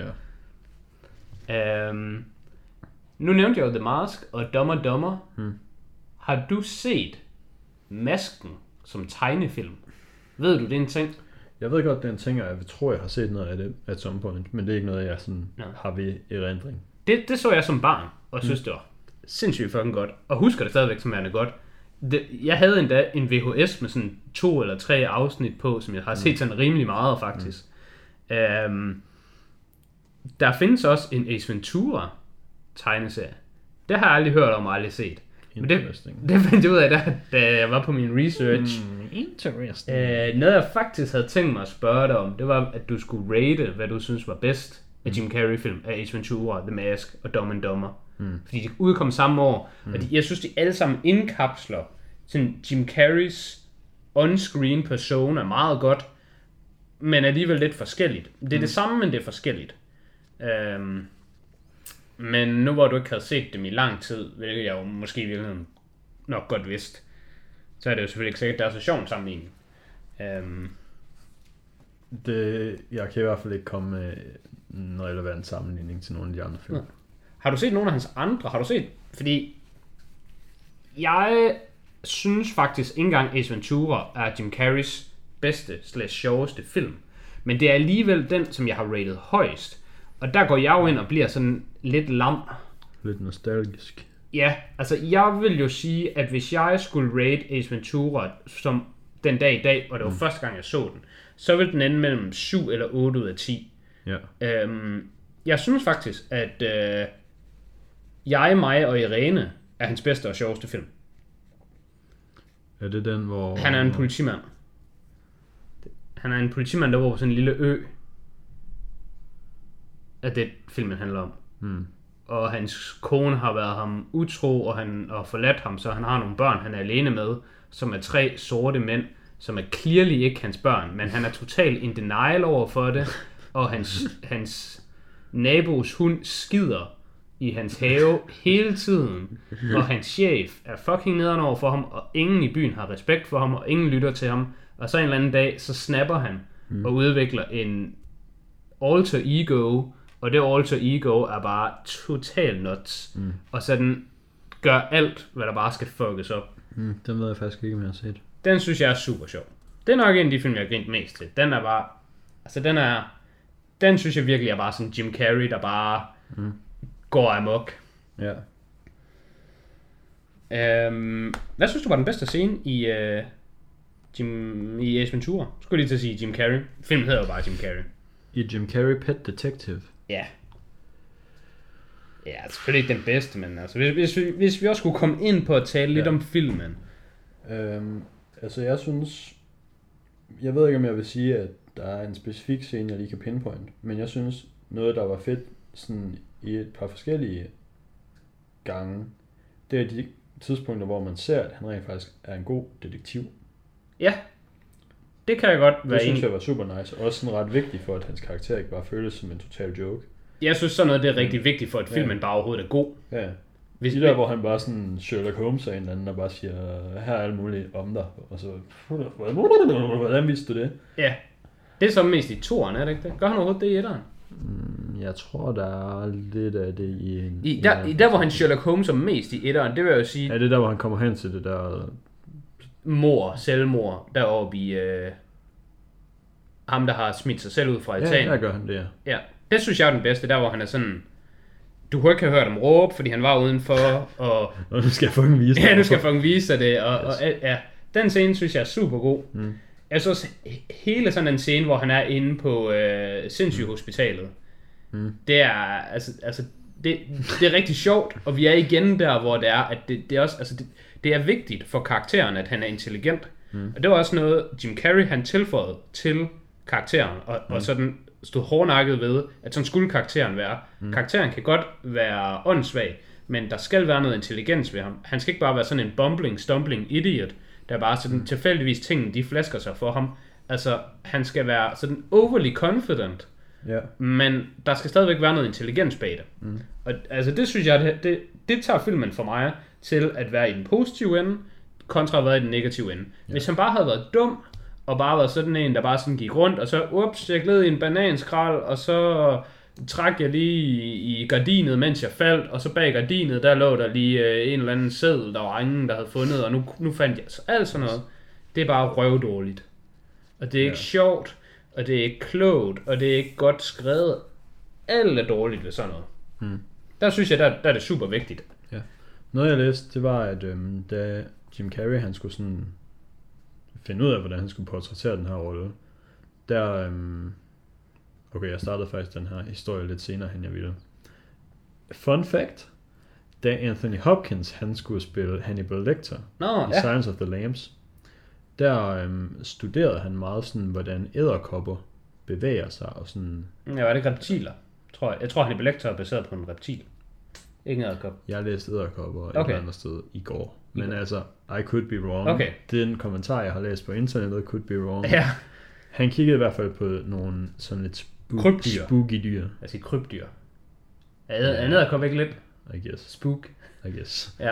Nu nævnte jeg jo The Mask og Dumb and Dumber. Har du set Masken som tegnefilm? Ved du, det er en ting? Jeg ved godt, det er en ting, og jeg tror, jeg har set noget af det at some point, men det er ikke noget, jeg sådan har ved erindring. Det så jeg som barn, og synes, det var sindssygt fucking godt, og husker det stadigvæk som værende godt. Jeg havde endda en VHS med sådan 2 eller 3 afsnit på, som jeg har set sådan rimelig meget, faktisk. Der findes også en Ace Ventura tegneserie. Det har jeg aldrig hørt om og aldrig set. Men det fandt jeg ud af, da jeg var på min research. Noget jeg faktisk havde tænkt mig at spørge dig om, det var, at du skulle rate, hvad du synes var bedst af Jim Carrey-film, af Ace Ventura, The Mask og Dumb and Dumber. Fordi de udkom samme år, og jeg synes, de alle sammen indkapsler sådan Jim Carreys on-screen persona meget godt, men alligevel lidt forskelligt. Det er det samme, men det er forskelligt. Men nu hvor du ikke havde set dem i lang tid, hvilket jeg jo måske i virkeligheden nok godt vidste, så er det jo selvfølgelig ikke sikkert, at der er så sjovt sammenligning. Jeg kan i hvert fald ikke komme med en relevant sammenligning til nogle af de andre film. Har du set nogle af hans andre? Har du set? Fordi jeg synes faktisk ikke engang Ace Ventura er Jim Carreys bedste / sjoveste film. Men det er alligevel den, som jeg har rated højst. Og der går jeg jo ind og bliver sådan lidt lam. Lidt nostalgisk. Ja, altså jeg vil jo sige, at hvis jeg skulle rate Ace Ventura som den dag i dag, og det var første gang jeg så den, så ville den ende mellem 7 eller 8 ud af 10. Ja. Jeg synes faktisk, at Jeg, mig og Irene er hans bedste og sjoveste film. Er det den, hvor... Han er en politimand. Han er en politimand, der bor på sådan en lille ø. Er det filmen handler om. Og hans kone har været ham utro, og han har forladt ham, så han har nogle børn, han er alene med, som er 3 sorte mænd, som er clearly ikke hans børn, men han er totalt in denial over for det, og hans nabos hund skider i hans have hele tiden, og hans chef er fucking nederen over for ham, og ingen i byen har respekt for ham, og ingen lytter til ham, og så en eller anden dag, så snapper han og udvikler en alter ego, og det alter ego er bare totalt nuts, og så den gør alt, hvad der bare skal fuckes op. Den ved jeg faktisk ikke, om jeg har set. Den synes jeg er super sjov. Det er nok en af de film, jeg har grint mest til. Den er bare, altså den synes jeg virkelig er bare sådan Jim Carrey, der bare går amok. Ja. Hvad synes du var den bedste scene i Ace Ventura? Skulle lige til at sige Jim Carrey. Filmen hedder jo bare Jim Carrey. I Jim Carrey Pet Detective? Ja. Ja, selvfølgelig ikke den bedste, men altså, hvis vi også skulle komme ind på at tale lidt om filmen. Altså jeg synes, jeg ved ikke om jeg vil sige, at der er en specifik scene, jeg lige kan pinpoint, men jeg synes, noget der var fedt sådan i et par forskellige gange, det er de tidspunkter, hvor man ser, at han rent faktisk er en god detektiv. Ja, det kan jeg godt være. Det synes jeg var super nice, og også sådan ret vigtigt for, at hans karakter ikke bare føles som en total joke. Jeg synes sådan noget, det er rigtig vigtigt for, at filmen bare overhovedet er god. Ja. De der, hvor han bare sådan Sherlock Holmes er en eller anden, der bare siger, her er alt muligt om dig, og så, hvordan vidste du det? Ja, det er så mest i 2'eren, er det ikke det? Gør han overhovedet det i 1'eren? Jeg tror, der er lidt af det i der, hvor han Sherlock Holmes er mest i 1'eren, det vil jeg jo sige... Er det der, hvor han kommer hen til det der... Selvmord, deroppe i... ham, der har smidt sig selv ud fra etagen. Ja, der gør han det, ja. Ja, det synes jeg er den bedste, der hvor han er sådan... du kunne ikke have hørt ham råbe, fordi han var udenfor, og nu skal jeg fucking vise dig. Ja, nu skal jeg fucking vise dig det, og ja, den scene synes jeg er super god. Jeg synes også, hele sådan en scene, hvor han er inde på sindssygehospitalet, det er, altså det er rigtig sjovt, og vi er igen der, hvor det er, at det er også, altså det er vigtigt for karakteren, at han er intelligent. Og det var også noget, Jim Carrey, han tilføjede til karakteren, og sådan stod hårdnakket ved, at sådan skulle karakteren være. Karakteren kan godt være åndssvag, men der skal være noget intelligens ved ham. Han skal ikke bare være sådan en bumbling, stumbling idiot, der bare sådan tilfældigvis tingene, de flasker sig for ham. Altså, han skal være sådan overly confident, men der skal stadigvæk være noget intelligens bag det. Og altså, det synes jeg, det tager filmen for mig til at være i den positive ende, kontra at være i den negative ende. Hvis han bare havde været dum, og bare været sådan en, der bare sådan gik rundt, og så, jeg gled i en bananskrald, og så trak jeg lige i gardinet, mens jeg faldt, og så bag gardinet, der lå der lige en eller anden seddel, der var ingen, der havde fundet, og nu fandt jeg så alt sådan noget. Det er bare røvdårligt. Og det er ikke sjovt, og det er ikke klogt, og det er ikke godt skrevet. Alt er dårligt ved sådan noget. Der synes jeg, der er det super vigtigt. Ja. Noget jeg læste, det var, at da Jim Carrey, han skulle sådan finde ud af, hvordan han skulle portrættere den her rolle, der, okay, jeg startede faktisk den her historie lidt senere, end jeg ville. Fun fact, da Anthony Hopkins, han skulle spille Hannibal Lecter i Silence of the Lambs, der studerede han meget sådan, hvordan edderkopper bevæger sig, og sådan... Ja, var det ikke reptiler, tror jeg. Jeg tror, Hannibal Lecter er baseret på en reptil. Ikke en edderkop. Jeg læste edderkopper et eller andet sted i går. Men altså, I could be wrong. Okay. Den kommentar, jeg har læst på internettet, could be wrong. Ja. Han kiggede i hvert fald på nogle sådan lidt spooky dyr. Altså krybdyr. Er edderkop ikke lidt? I guess. Spook. I guess. Ja.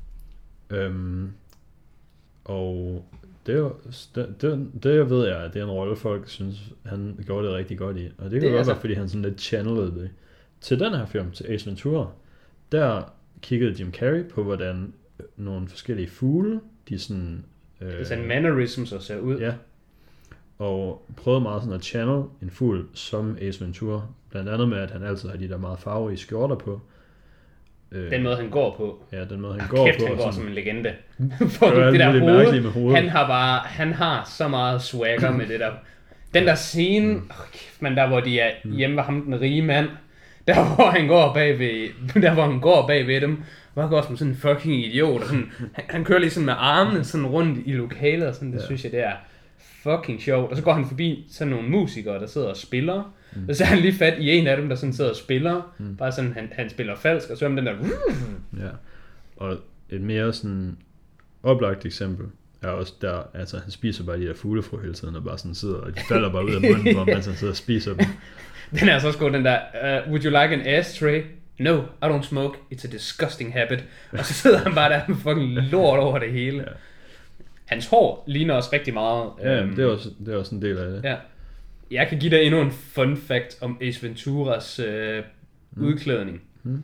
Og det jeg ved jeg, at det er en rolle, folk synes, han gjorde det rigtig godt i. Og det kan godt være, fordi han sådan lidt channelede det. Til den her film, til Ace Ventura, der kiggede Jim Carrey på, hvordan nogle forskellige fugle, de sådan... det er sådan mannerisms der ser ud. Ja. Og prøvede meget sådan at channel en fugl som Ace Ventura. Blandt andet med, at han altid har de der meget farverige skjorter på. Den måde han går på. Ja, den måde han går kæft, på. Han går som en legende. For det der hoved, med hovedet. Han har så meget swagger med det der. Den der scene, men der hvor de er hjemme ved ham, den rige mand, der hvor han går bag ved dem, hvor han går som sådan en fucking idiot. Sådan, han kører lige sådan med armene sådan rundt i lokalet, og sådan, det synes jeg, det er fucking sjovt. Og så går han forbi sådan nogle musikere, der sidder og spiller. Og så er han lige fat i en af dem, der sådan sidder og spiller. Bare sådan, han spiller falsk, og så er den der... Ja, og et mere sådan oplagt eksempel er også der, altså han spiser bare de der fuglefrø hele tiden, og bare sådan sidder, og de falder bare ud af munden på ham, mens han sidder og spiser dem. Den er så sgu den der, would you like an ashtray? No, I don't smoke, it's a disgusting habit. Og så sidder han bare der med fucking lort over det hele. Ja. Hans hår ligner også rigtig meget. Ja, det er også en del af det. Ja. Jeg kan give dig endnu en fun fact om Ace Venturas udklædning.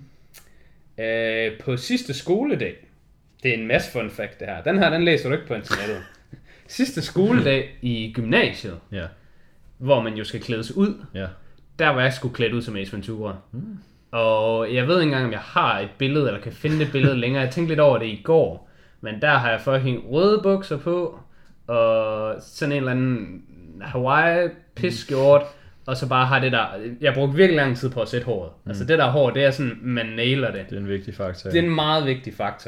På sidste skoledag, det er en masse fun fact det her, den læser du ikke på internettet. Sidste skoledag i gymnasiet, hvor man jo skal klædes ud, der var jeg sgu klædt ud som Ace Ventura. Og jeg ved ikke engang, om jeg har et billede, eller kan finde et billede længere. Jeg tænkte lidt over det i går, men der har jeg fucking røde bukser på, og sådan en eller anden Hawaii pisskjort, og så bare har det der, jeg brugte virkelig lang tid på at sætte håret. Altså det der hår, det er sådan, man nailer det. Det er en vigtig faktor. Det er en meget vigtig faktor.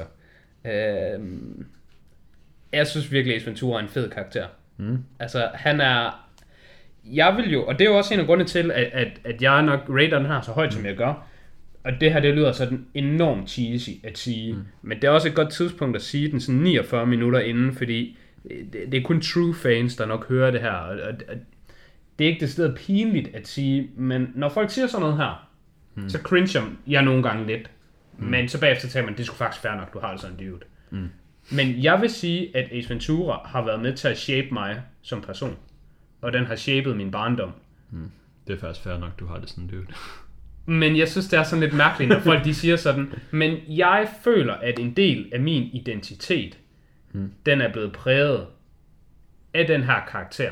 Jeg synes virkelig, at Ace Ventura er en fed karakter. Altså han er, jeg vil jo, og det er jo også en af grundene til, at jeg nok rater den her så højt, som jeg gør. Og det her, det lyder sådan enormt cheesy at sige. Men det er også et godt tidspunkt at sige den sådan 49 minutter inden, fordi det er kun true fans, der nok hører det her. Og det er ikke det sted pinligt at sige, men når folk siger sådan noget her, så cringer jeg nogle gange lidt. Men så bagefter tager man, det skulle faktisk fair nok, du har det sådan en dude. Men jeg vil sige, at Ace Ventura har været med til at shape mig som person. Og den har shaped min barndom. Det er faktisk fair nok, du har det sådan en dude. Men jeg synes, det er sådan lidt mærkeligt, når folk de siger sådan, men jeg føler, at en del af min identitet, den er blevet præget af den her karakter.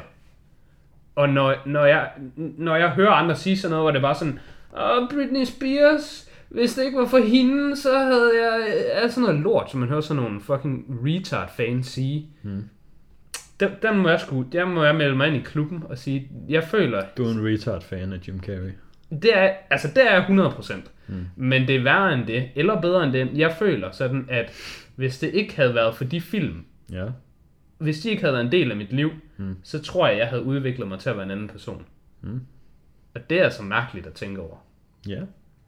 Og når jeg hører andre sige sådan noget, hvor det bare sådan, Britney Spears, hvis det ikke var for hende, så havde jeg sådan noget lort, som man hører sådan nogle fucking retard fans sige. Den må jeg melde mig ind i klubben og sige, jeg føler... Du er en retard fan af Jim Carrey. Det er 100%. Men det er værre end det, eller bedre end det. Jeg føler sådan, at hvis det ikke havde været for de film, hvis de ikke havde været en del af mit liv, så tror jeg havde udviklet mig til at være en anden person. Og det er så mærkeligt at tænke over. Ja.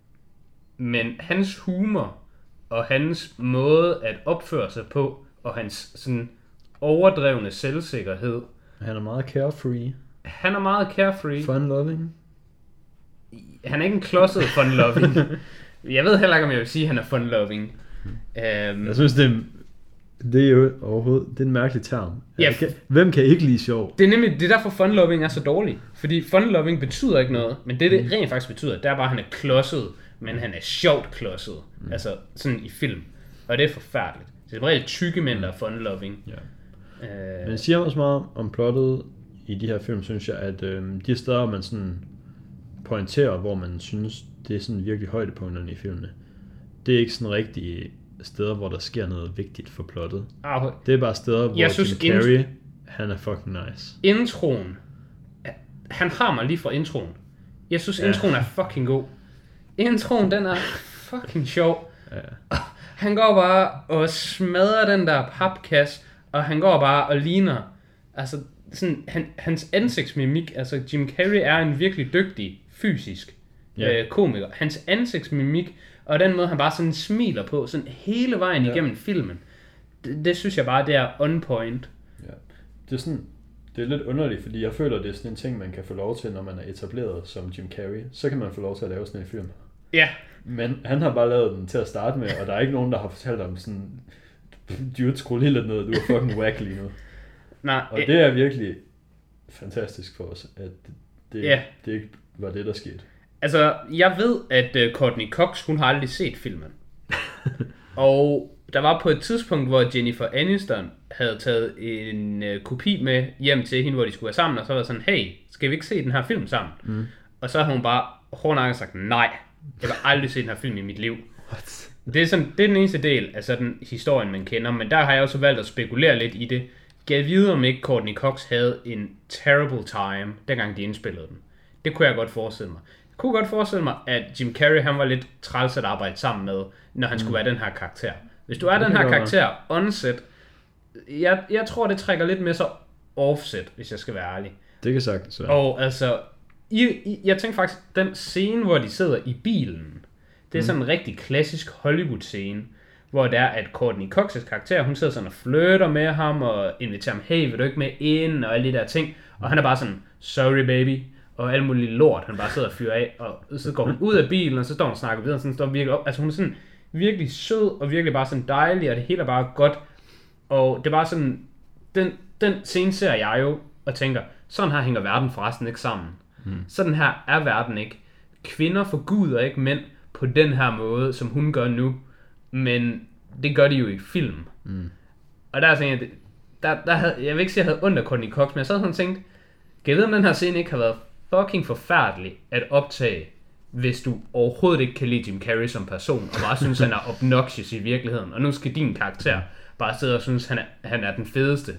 Men hans humor og hans måde at opføre sig på, og hans sådan overdrevne selvsikkerhed. Han er meget carefree. Han er meget carefree. Fun-loving. Han er ikke en klodset fun-loving. Jeg ved heller ikke, om jeg vil sige, at han er fun-loving. Jeg synes, det er jo overhovedet, det er en mærkelig term. Ja, hvem kan ikke lide sjov? Det er derfor fun-loving er så dårlig. Fordi fun-loving betyder ikke noget, men det rent faktisk betyder, det er bare, at han er klodset, men han er sjovt klodset. Altså sådan i film. Og det er forfærdeligt. Det er rigtig tykke mænd, der er fun-loving. Ja. Men det siger også meget om plottet i de her film, synes jeg, at de steder, man sådan pointerer, hvor man synes, det er sådan virkelig højdepunkterne i filmene. Det er ikke sådan rigtige steder, hvor der sker noget vigtigt for plottet. Det er bare steder, hvor Jim Carrey, han er fucking nice. Introen, han har mig lige fra introen. Jeg synes, introen er fucking god. Introen, den er fucking sjov. Ja. Han går bare og smadrer den der papkasse, og han går bare og ligner, altså sådan, hans ansigtsmimik, altså Jim Carrey er en virkelig dygtig fysisk komiker. Hans ansigtsmimik, og den måde han bare sådan smiler på, sådan hele vejen igennem filmen, det synes jeg bare, det er on point. Ja. Det er sådan, det er lidt underligt, fordi jeg føler, det er sådan en ting, man kan få lov til, når man er etableret som Jim Carrey. Så kan man få lov til at lave sådan en film. Ja. Men han har bare lavet den til at starte med, og der er ikke nogen, der har fortalt ham sådan, dude, skru lige lidt ned, du er fucking wack lige nu. Nej. Og det er virkelig fantastisk for os, at det ikke var det, der skete. Altså, jeg ved, at Courtney Cox, hun har aldrig set filmen. Og der var på et tidspunkt, hvor Jennifer Aniston havde taget en kopi med hjem til hende, hvor de skulle være sammen, og så var sådan, hey, skal vi ikke se den her film sammen? Og så har hun bare hårdnakket sagt, nej, jeg vil aldrig se den her film i mit liv. What? Det er den eneste del af sådan historien, man kender, men der har jeg også valgt at spekulere lidt i det. Gav videre, om ikke Courtney Cox havde en terrible time, dengang de indspillede den. Det kunne jeg godt forestille mig. Jeg kunne godt forestille mig, at Jim Carrey, han var lidt træls at arbejde sammen med, når han skulle være den her karakter. Hvis du er den her karakter, onset, jeg tror, det trækker lidt med sig offset, hvis jeg skal være ærlig. Det kan sagtens være. Og altså, jeg tænker faktisk, den scene, hvor de sidder i bilen, det er sådan en rigtig klassisk Hollywood-scene, hvor det er, at Courtney Cox's karakter, hun sidder sådan og flirter med ham, og inviterer ham, hey, vil du ikke med ind, og alle de der ting, og han er bare sådan, sorry baby, og alle mulige lort, han bare sidder og fyrer af, og så går hun ud af bilen, og så står hun og snakker videre, og sådan står virkelig op, altså hun er sådan virkelig sød, og virkelig bare sådan dejlig, og det hele er bare godt, og det er bare sådan, den scene ser jeg jo, og tænker, sådan her hænger verden forresten ikke sammen. Sådan her er verden ikke. Kvinder forguder ikke mænd på den her måde, som hun gør nu, men det gør de jo i film. Og der tænkte jeg, jeg vil ikke sige, at jeg havde ondt af Courtney Cox, men jeg sad sådan tænkt, kan jeg vide, om den her scene ikke har været fucking forfærdelig at optage, hvis du overhovedet ikke kan lide Jim Carrey som person, og bare synes, han er obnoxious i virkeligheden, og nu skal din karakter bare sidde og synes, han er den fedeste.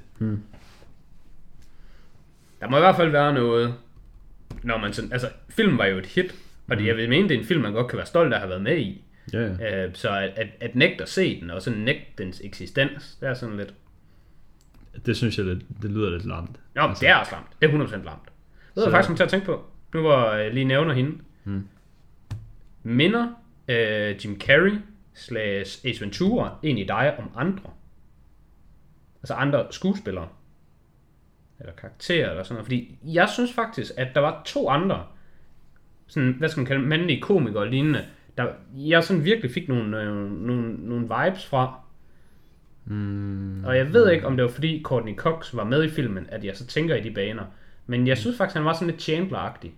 Der må i hvert fald være noget, når man sådan, altså filmen var jo et hit, og jeg vil mene, det er en film, man godt kan være stolt af at have været med i. Så at nægte at se den, og sådan nægte dens eksistens, det er sådan lidt... Det synes jeg, det lyder lidt lamt. Jo, altså. Det er også lamt. Det er 100% lamt. Det er faktisk til at tænke på, nu hvor jeg lige nævner hende. Minder Jim Carrey / Ace Ventura egentlig dig om andre? Altså andre skuespillere? Eller karakterer eller sådan noget. Fordi jeg synes faktisk, at der var 2 andre, sådan, hvad skal man kalde, mandlige komikere og lignende, der jeg sådan virkelig fik nogle vibes fra. Og jeg ved ikke, om det var fordi Courtney Cox var med i filmen, at jeg så tænker i de baner. Men jeg synes faktisk, han var sådan lidt Chandler-agtig.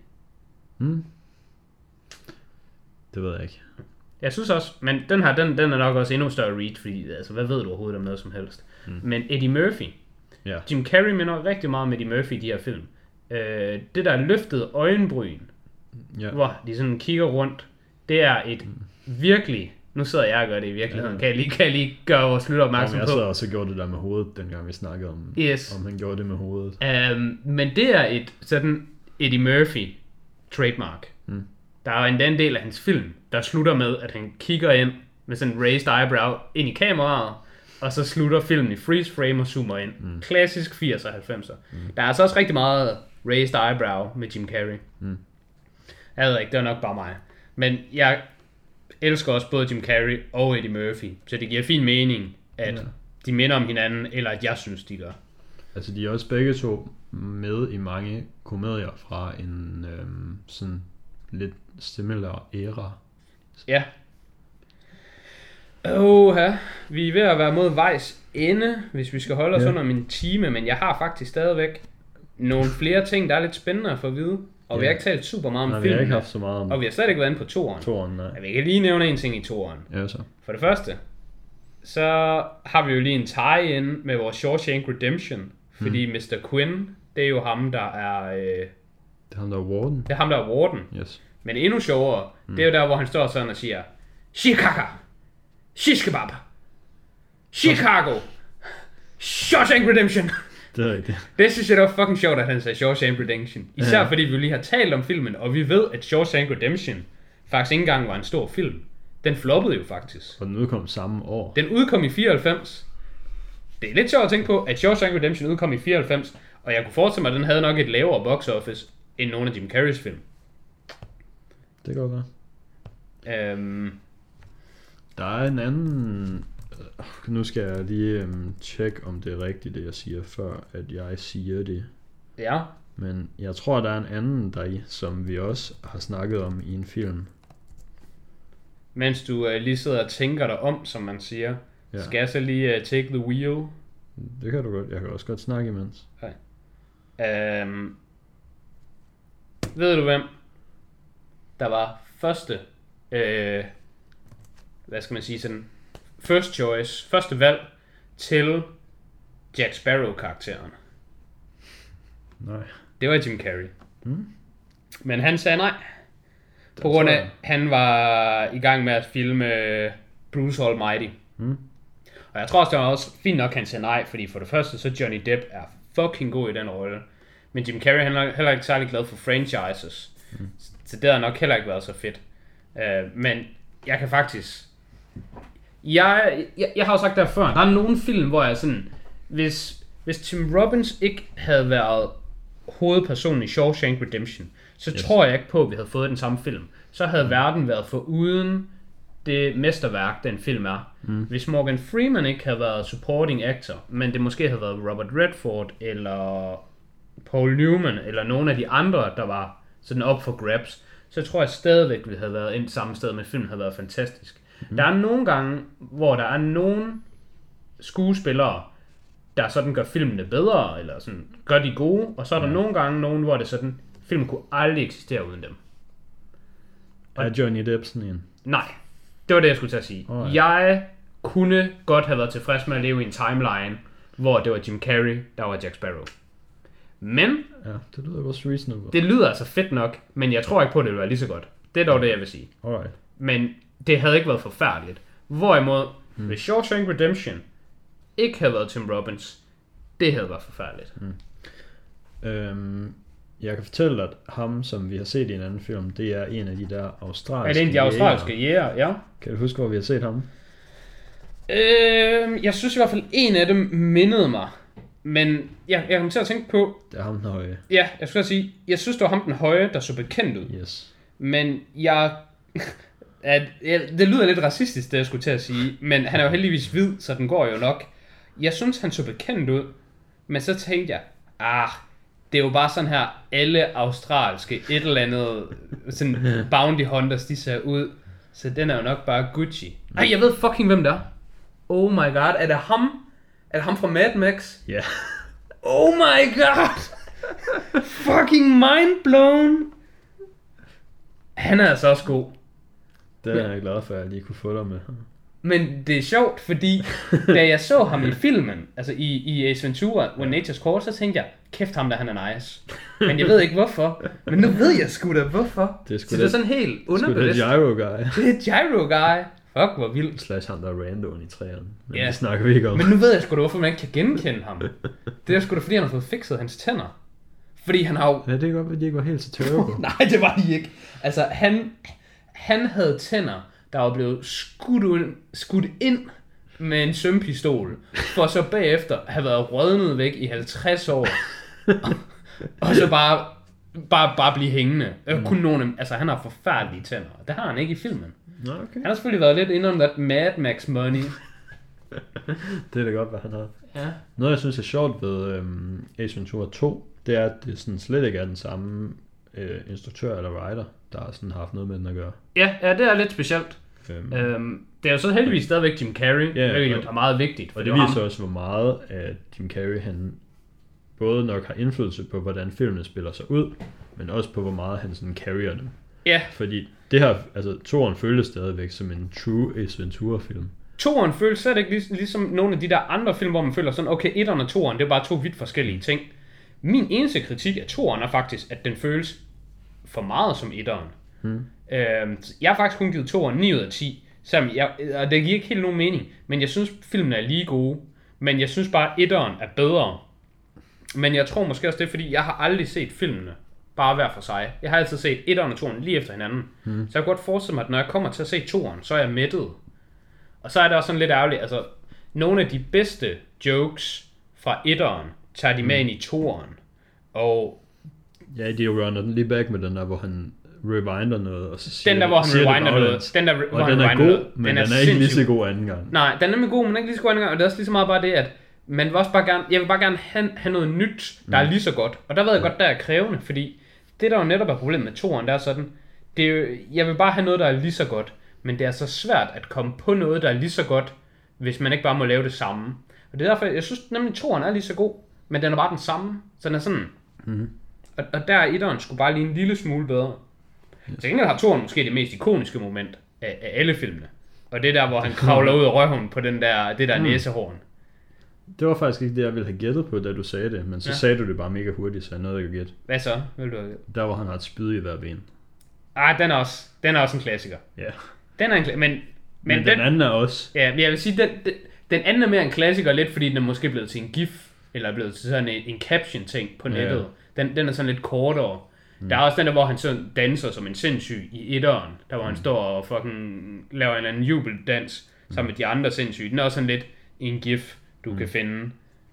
Det ved jeg ikke. Jeg synes også, men den her, den er nok også endnu større reach, fordi altså, hvad ved du overhovedet om noget som helst. Men Eddie Murphy, Jim Carrey minder rigtig meget om Eddie Murphy i de her film. Det der løftede øjenbryn, hvor de sådan kigger rundt, det er et virkelig, nu sidder jeg og gør det i virkeligheden, kan jeg lige gøre vores lytter opmærksom på. Jeg så også gjorde det der med hovedet, dengang vi snakkede om, om han gjorde det med hovedet. Men det er et sådan Eddie Murphy trademark. Der er endda en del af hans film, der slutter med, at han kigger ind med sådan en raised eyebrow ind i kameraet, og så slutter filmen i freeze frame og zoomer ind. Klassisk 80'er og 90'er. Der er altså også rigtig meget raised eyebrow med Jim Carrey. Jeg ved ikke, det er nok bare mig. Men jeg elsker også både Jim Carrey og Eddie Murphy, så det giver fin mening, at de minder om hinanden, eller at jeg synes, de gør. Altså, de er også begge to med i mange komedier fra en sådan lidt similar æra. Ja. Vi er ved at være mod vejs ende, hvis vi skal holde os under min time, men jeg har faktisk stadigvæk nogle flere ting, der er lidt spændende at få at vide. Og vi har ikke talt super meget om filmen. Vi har ikke haft så meget om. Og vi har slet ikke været inde på toeren. Nej. Vi kan lige nævne en ting i toeren. Ja, så. For det første, så har vi jo lige en tie-in med vores Shawshank Redemption. Fordi Mr. Quinn, det er jo ham, der er... det er ham, der er Warden. Det er ham, der er Warden. Yes. Men endnu sjovere, det er jo der, hvor han står sådan og siger, Chicago, Shishkebab, Chicago, Shawshank Redemption. Det er rigtigt. Det synes jeg, det var fucking sjovt, at han sagde Shawshank Redemption. Især fordi vi lige har talt om filmen, og vi ved, at Shawshank Redemption faktisk ikke engang var en stor film. Den floppede jo faktisk. Og den udkom samme år. Den udkom i 94. Det er lidt sjovt at tænke på, at Shawshank Redemption udkom i 94, og jeg kunne forestille mig, at den havde nok et lavere box office end nogle af Jim Carreys film. Det kan godt være. Der er en anden... Nu skal jeg lige tjekke, om det er rigtigt, det jeg siger, før at jeg siger det. Ja. Men jeg tror, der er en anden deri, som vi også har snakket om i en film. Mens du lige sidder og tænker dig om, som man siger, skal jeg så lige take the wheel? Det kan du godt. Jeg kan også godt snakke imens. Okay. Ved du hvem der var første, hvad skal man sige, sådan first choice, første valg til Jack Sparrow-karakteren? Nej. Det var Jim Carrey. Men han sagde nej. På grund af, at han var i gang med at filme Bruce Almighty. Og jeg tror også, det var også fint nok, at han sagde nej, fordi for det første, så Johnny Depp er fucking god i den rolle. Men Jim Carrey, han er heller ikke særlig glad for franchises. Så det har nok heller ikke været så fedt. Men jeg kan faktisk... Jeg har jo sagt der før, der er nogle film, hvor jeg sådan... Hvis Tim Robbins ikke havde været hovedpersonen i Shawshank Redemption, så tror jeg ikke på, at vi havde fået den samme film. Så havde verden været foruden det mesterværk, den film er. Hvis Morgan Freeman ikke havde været supporting actor, men det måske havde været Robert Redford, eller Paul Newman, eller nogle af de andre, der var sådan op for grabs, så tror jeg stadigvæk, vi havde været ind samme sted, men filmen havde været fantastisk. Der er nogle gange, hvor der er nogle skuespillere, der sådan gør filmene bedre, eller sådan gør de gode, og så er der nogle gange nogen, hvor det sådan, filmen kunne aldrig eksistere uden dem. Og er Johnny Depp sådan en? Nej, det var det, jeg skulle til at sige. Jeg kunne godt have været tilfreds med at leve i en timeline, hvor det var Jim Carrey, der var Jack Sparrow. Men... Ja, det lyder også reasonable. Det lyder altså fedt nok, men jeg tror ikke på, at det ville være lige så godt. Det er dog det, jeg vil sige. Alright. Men det havde ikke været forfærdeligt. Hvorimod, hvis Shawshank Redemption ikke havde været Tim Robbins, det havde været forfærdeligt. Jeg kan fortælle, at ham, som vi har set i en anden film, det er en af de der australske Er det en af de australske jæger? Ja. Kan du huske, hvor vi har set ham? Jeg synes i hvert fald, en af dem mindede mig. Men jeg kom til at tænke på... Det er ham den høje. Ja, jeg skulle sige, jeg synes, det var ham den høje, der så bekendt ud. Yes. Men det lyder lidt racistisk, det jeg skulle til at sige. Men han er jo heldigvis hvid, så den går jo nok. Jeg synes, han så bekendt ud. Men så tænkte jeg, det er jo bare sådan her, alle australske et eller andet sådan bounty hunters, de ser ud. Så den er jo nok bare Gucci. Ej, jeg ved fucking, hvem det er. Oh my god, er det ham? Er det ham fra Mad Max? Ja. Yeah. Oh my god! Fucking mind blown! Han er altså også god. Det er jeg glad for, at jeg lige kunne få dig med. Men det er sjovt, fordi da jeg så ham i filmen, altså i Ace Ventura, When Nature's Call, så tænkte jeg, kæft ham der, han er nice. Men jeg ved ikke hvorfor. Men nu ved jeg sgu da hvorfor. Det er sådan helt underbevidst. Det er Gyro Guy. Det er Gyro Guy. Fuck, hvor vildt. Slash ham der er randoen i træerne. Men det snakker vi ikke om. Men nu ved jeg sgu da, hvorfor man ikke kan genkende ham. Det er sgu da, fordi han har fået fikset hans tænder. Fordi han har jo... Ja, det er godt, at de ikke var helt så terrible. Nej, det var de ikke. Altså, han havde tænder, der var blevet skudt ind med en sømpistol, for så bagefter have været rødnet væk i 50 år, og så bare blive hængende. Kun nogle, altså, han har forfærdelige tænder. Det har han ikke i filmen. Nå, okay. Han har selvfølgelig været lidt inde om that Mad Max money. Det er da godt, hvad han har. Ja. Noget, jeg synes er sjovt ved Ace Ventura 2, det er, at det sådan slet ikke er den samme instruktør eller writer, der har sådan haft noget med den at gøre. Ja, det er lidt specielt. Det er jo så heldigvis stadigvæk Jim Carrey, hvilket er meget vigtigt. Og det viser også, hvor meget at Jim Carrey, han både nok har indflydelse på, hvordan filmene spiller sig ud, men også på, hvor meget han sådan carrier dem. Ja. Fordi det her, altså toeren føles stadigvæk som en true Ace Ventura-film. Toeren føles slet ikke ligesom nogle af de der andre film, hvor man føler sådan, okay, etteren og toeren, det er bare to vidt forskellige ting. Min eneste kritik af toeren er faktisk, at den føles for meget som etteren. Jeg har faktisk kun givet toeren 9 ud af 10, og det giver ikke helt nogen mening, men jeg synes, filmen er lige gode. Men jeg synes bare, at etteren er bedre. Men jeg tror måske også, det er, fordi jeg har aldrig set filmene bare hver for sig. Jeg har altid set etteren og toeren lige efter hinanden. Så jeg kan godt forestille mig, at når jeg kommer til at se toeren, så er jeg mættet. Og så er det også sådan lidt ærgerligt, altså nogle af de bedste jokes fra etteren, tager de med ind i toeren. Og ja, de runner den lige back med den der, hvor han rewinder noget, og så siger den der, hvor han rewinder noget. Den er god, men den er ikke lige så god anden gang. Nej, den er nemlig god, men ikke lige så god anden gang. Og det er også lige så meget bare det, at man vil også bare gerne, jeg vil bare gerne have noget nyt, der er lige så godt. Og der ved jeg godt, der er krævende, fordi det der jo netop er problemet med toeren, der er sådan, det er jo, jeg vil bare have noget, der er lige så godt. Men det er så svært at komme på noget, der er lige så godt, hvis man ikke bare må lave det samme. Og det er derfor, jeg synes nemlig, toeren er lige så god, men den er bare den samme. Så den er sådan. Og der er etteren skulle bare lige en lille smule bedre. Til gengæld har toeren måske det mest ikoniske moment af alle filmene. Og det der, hvor han kravler ud af røven på det der næsehorn. Det var faktisk ikke det, jeg ville have gættet på, da du sagde det. Men så sagde du det bare mega hurtigt, så jeg nåede ikke at gætte. Hvad så? Vil du der, hvor han har et spyd i hver ben. Den er også en klassiker. Ja. Den er men den anden er også. Ja, jeg vil sige, den anden er mere en klassiker lidt, fordi den er måske blevet til en gif, eller er blevet til sådan en caption-ting på nettet. Ja. Den er sådan lidt kortere. Der er også den der, hvor han sådan danser som en sindssyg i etteren, der hvor han står og fucking laver en eller anden jubeldans sammen med de andre sindssyge. Den er også sådan lidt en gif, du kan finde.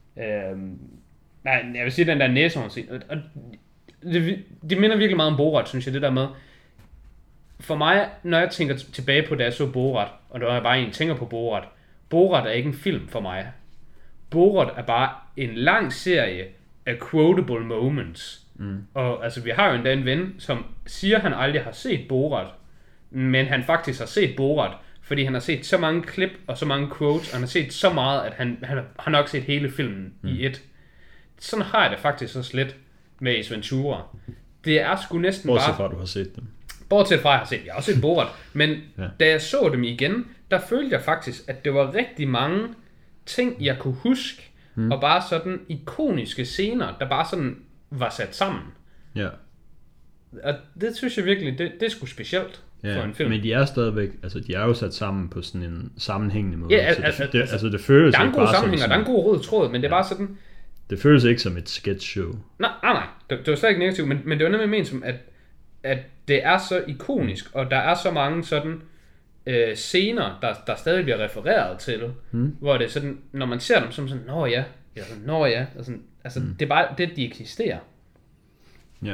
Nej, jeg vil sige, den der næsehorn scene. Og det minder virkelig meget om Borat, synes jeg, det der med. For mig, når jeg tænker tilbage på, da jeg så Borat, og når jeg bare egentlig tænker på Borat, Borat er ikke en film for mig. Borat er bare en lang serie af quotable moments. Og altså, vi har jo endda en ven, som siger, at han aldrig har set Borat, men han faktisk har set Borat, fordi han har set så mange klip og så mange quotes, og han har set så meget, at han har nok set hele filmen i et. Sådan har jeg det faktisk også lidt med Ace Ventura. Det er sgu næsten Bortset fra, at du har set dem. Bortset fra, at jeg har også set Borat, men da jeg så dem igen, der følte jeg faktisk, at det var rigtig mange ting, jeg kunne huske, og bare sådan ikoniske scener, der bare sådan var sat sammen. Ja. Og det synes jeg virkelig, det er sgu specielt for en film. Men de er stadigvæk, altså de er jo sat sammen på sådan en sammenhængende måde. Ja, altså det føles der er en ikke god bare sammenhæng, og der er en god rød tråd, men det er bare sådan. Det føles ikke som et sketch show. Nej. Det var slet ikke negativt, men det var nemlig ment som, at det er så ikonisk, og der er så mange sådan scener, der stadig bliver refereret til, hvor det er sådan, når man ser dem som sådan, nå ja, og sådan, altså det er bare det, de eksisterer. Ja.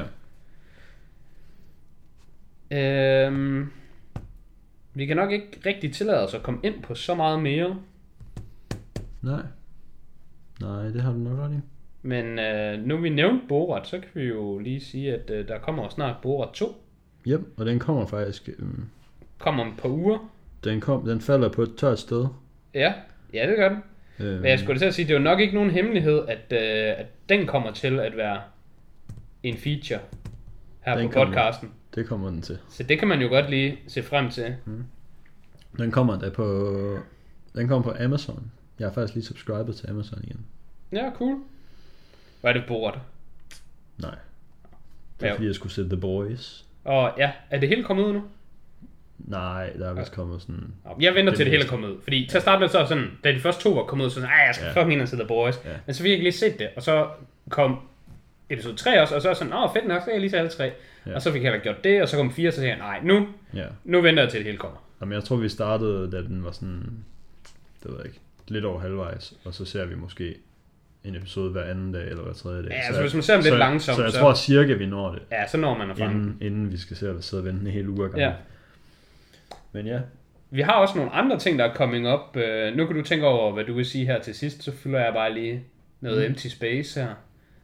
Vi kan nok ikke rigtig tillade os at komme ind på så meget mere. Nej, det har du nok ret i. Men nu vi nævnte Borat, så kan vi jo lige sige, at der kommer snart Borat 2. Yep, og den kommer faktisk. Kommer om et par uger. Den falder på et tørt sted. Ja, det gør den. Men jeg skulle til at sige, det er jo nok ikke nogen hemmelighed, at den kommer til at være en feature her på podcasten. Det kommer den til. Så det kan man jo godt lige se frem til. Den kommer på Amazon. Jeg har faktisk lige subscribet til Amazon igen. Ja, cool. Hvad er det Borat? Nej. Det er fordi, jeg skulle se The Boys. Og ja, er det hele kommet ud nu? Nej, der er vist kommet sådan... Jeg venter til det hele er kommet ud. Fordi til at starte med så sådan, da de første 2 var kommet ud, så sådan, jeg skal fucking ind og se The Boys. Ja. Men så fik jeg ikke lige set det. Og så kom episode 3 også, og så sådan, fedt nok, så jeg lige se alle 3. Ja. Og så fik jeg heller gjort det, og så kom 4, så sagde jeg, nej, nu venter jeg til det hele kommer. Jamen, jeg tror, vi startede, da den var sådan, det ved jeg ikke, lidt over halvvejs, og så ser vi måske en episode hver anden dag, eller hver tredje dag. Ja, så hvis man ser dem lidt langsomt, så jeg tror cirka, vi når det. Ja, så når man er fanget. Inden vi skal se at sidde og vente en hel uge gang. Ja. Men ja. Vi har også nogle andre ting, der er coming up. Nu kan du tænke over, hvad du vil sige her til sidst, så fylder jeg bare lige noget empty space her.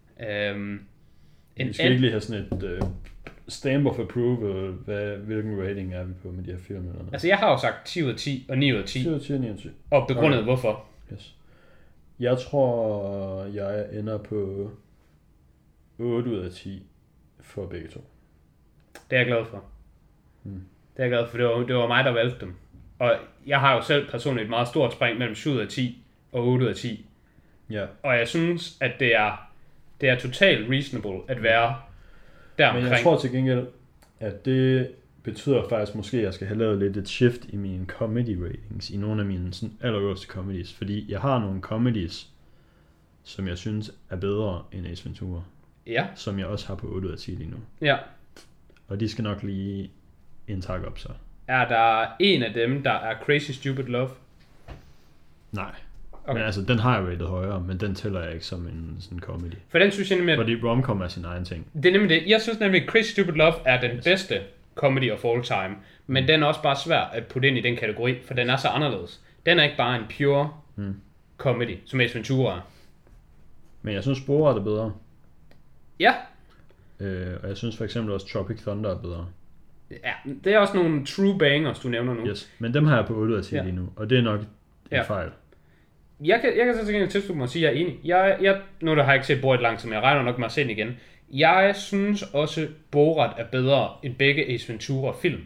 Vi skal ikke lige have sådan et stamp of approval, hvilken rating er vi på med de her film eller noget? Altså jeg har jo sagt 10 ud af 10 og 9 ud af 10. 10 ud af 10 og 9 ud af 10. Og begrundet hvorfor? Yes. Jeg tror, jeg ender på 8 ud af 10 for begge to. Det er jeg glad for. Det er jeg glad for, det var mig, der valgte dem. Og jeg har jo selv personligt et meget stort spring mellem 7 ud af 10 og 8 ud af 10. Ja. Og jeg synes, at det er totalt reasonable at være deromkring. Men jeg tror til gengæld, at det betyder faktisk måske, at jeg skal have lavet lidt et shift i mine comedy ratings, i nogle af mine sådan allerøverste comedies. Fordi jeg har nogle comedies, som jeg synes er bedre end Ace Ventura. Ja. Som jeg også har på 8 ud af 10 lige nu. Ja. Og de skal nok lige en tak op så. Er der en af dem, der er Crazy Stupid Love? Nej. Okay. Men altså, den har jeg rated højere, men den tæller jeg ikke som en sådan comedy. For den synes jeg nemlig... Fordi romcom er sin egen ting. Det er nemlig det. Jeg synes nemlig, at Crazy Stupid Love er den bedste comedy of all time. Men den er også bare svær at putte ind i den kategori, for den er så anderledes. Den er ikke bare en pure comedy, som Ace Ventura er. Men jeg synes, Borat er bedre. Ja. Og jeg synes for eksempel også Tropic Thunder er bedre. Ja, det er også nogle true bangers, du nævner nu. Yes, men dem har jeg på 8 ud af 10 lige nu, og det er nok en fejl. Jeg kan så til gengæld tilslutte mig at sige, at jeg er enig. Nu har jeg ikke set Borat langt, men jeg regner nok med at se den igen. Jeg synes også, Borat er bedre end begge Ace Ventura-film.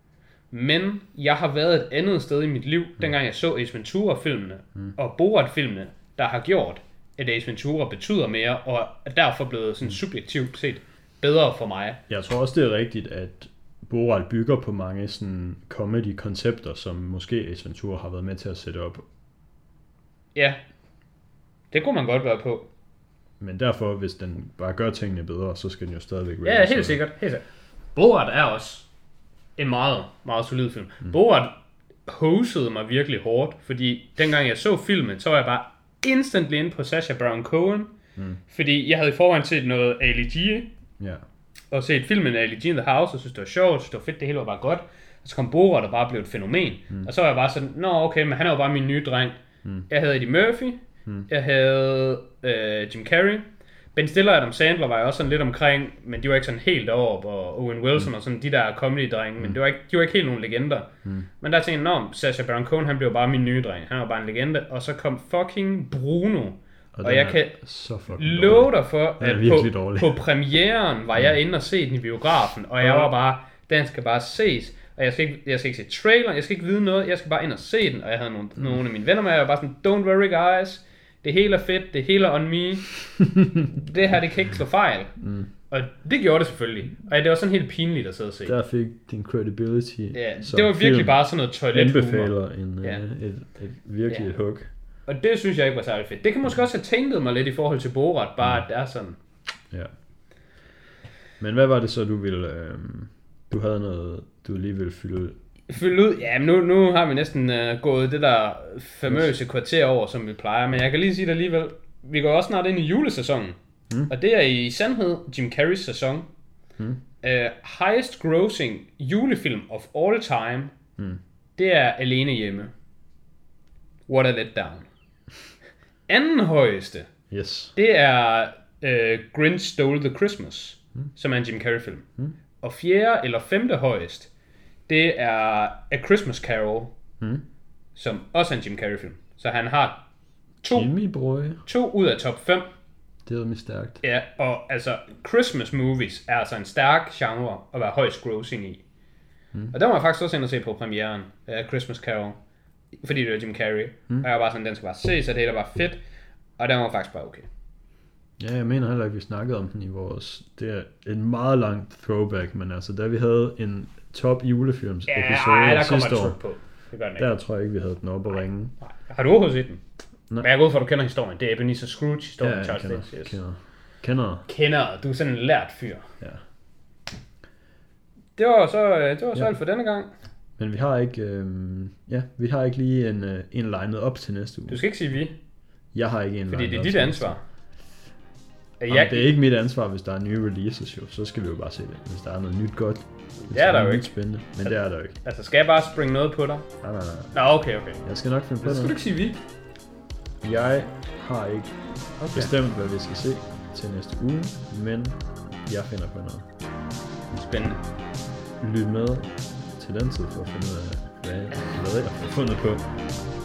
Men jeg har været et andet sted i mit liv, dengang jeg så Ace Ventura-filmene og Borat-filmene, der har gjort, at Ace Ventura betyder mere, og er derfor blevet sådan subjektivt set bedre for mig. Jeg tror også, det er rigtigt, at Borat bygger på mange sådan comedy-koncepter, som måske Ace Ventura har været med til at sætte op. Ja, det kunne man godt være på. Men derfor, hvis den bare gør tingene bedre, så skal den jo stadigvæk være. Ja, helt sikkert. Borat er også en meget, meget solid film. Borat hosede mig virkelig hårdt, fordi dengang jeg så filmen, så var jeg bare instantly inde på Sacha Baron Cohen, fordi jeg havde i forvejen set noget Ali G, og set filmen Ali G in the House, og synes det var sjovt, det var fedt, det hele var bare godt. Og så kom Borat og bare blev et fænomen. Og så var jeg bare sådan, nå okay, men han er jo bare min nye dreng. Jeg havde Eddie Murphy, jeg havde Jim Carrey, Ben Stiller og Adam Sandler var jeg også sådan lidt omkring, men de var ikke sådan helt deroppe, og Owen Wilson og sådan de der comedy-drenge, men de var ikke helt nogle legender. Men der tænkte jeg, Sacha Baron Cohen, han blev bare min nye dreng, han var bare en legende, og så kom fucking Bruno, og jeg kan love dig for, at på premieren var jeg inde og se den i biografen, og jeg var bare, den skal bare ses. Og jeg skal ikke se trailer, jeg skal ikke vide noget, jeg skal bare ind og se den. Og jeg havde nogle af mine venner med, og jeg var bare sådan, don't worry guys, det hele er fedt, det hele er on me. Det her, det kan ikke slå fejl. Og det gjorde det selvfølgelig. Og det var sådan helt pinligt at sidde og se. Der fik din credibility. Ja, det var virkelig bare sådan noget toilethumor. Anbefaler et virkelig et hug. Og det synes jeg ikke var særlig fedt. Det kan måske også have tænket mig lidt i forhold til Borat, bare at det er sådan. Ja. Men hvad var det så, du ville... Du havde noget, du lige ville fylde ud? Ja, men nu har vi næsten gået det der famøse kvarter over, som vi plejer. Men jeg kan lige sige det alligevel. Vi går også snart ind i julesæsonen. Og det er i sandhed Jim Carreys sæson. Highest grossing julefilm of all time. Det er Alene Hjemme. What a letdown. Anden højeste. Det er Grinch Stole the Christmas, som er en Jim Carrey film. Og fjerde eller femte højest, det er A Christmas Carol, som også er en Jim Carrey film. Så han har to ud af top 5. Det er jo stærkt. Ja, og altså Christmas movies er altså en stærk genre at være højst grossing i. Og der var jeg faktisk også inde og se på premieren af Christmas Carol, fordi det var Jim Carrey. Og jeg var bare sådan, den skal bare se, så det hele var fedt. Og den var faktisk bare okay. Ja, jeg mener heller ikke, vi snakkede om den i vores... Det er en meget lang throwback, men altså, da vi havde en top julefilms episode sidste år, på. Det gør den der tror jeg ikke, vi havde den oppe at ringe. Nej. Har du overhovedet set den? Nej. Men jeg går ud for, at du kender historien. Det er Ebenezer Scrooge-historien, Charles Dickens. Kender. Du er sådan en lært fyr. Ja. Det var så alt for denne gang. Men vi har ikke, vi har ikke lige en legnet op til næste uge. Du skal ikke sige vi. Jeg har ikke en fordi legnet op. Fordi det er dit ansvar. Jamen, det er ikke mit ansvar, hvis der er nye releases jo. Så skal vi jo bare se det. Hvis der er noget nyt godt. Det er der jo ikke. Spændende. Men det er der jo ikke. Altså, skal jeg bare springe noget på dig? Nej. Nå, okay. Jeg skal nok finde på det. Så skal du ikke sige vi. Jeg har ikke bestemt, hvad vi skal se til næste uge. Men jeg finder på noget. Spændende. Lyt med til den tid for at finde ud af, hvad jeg har fundet på.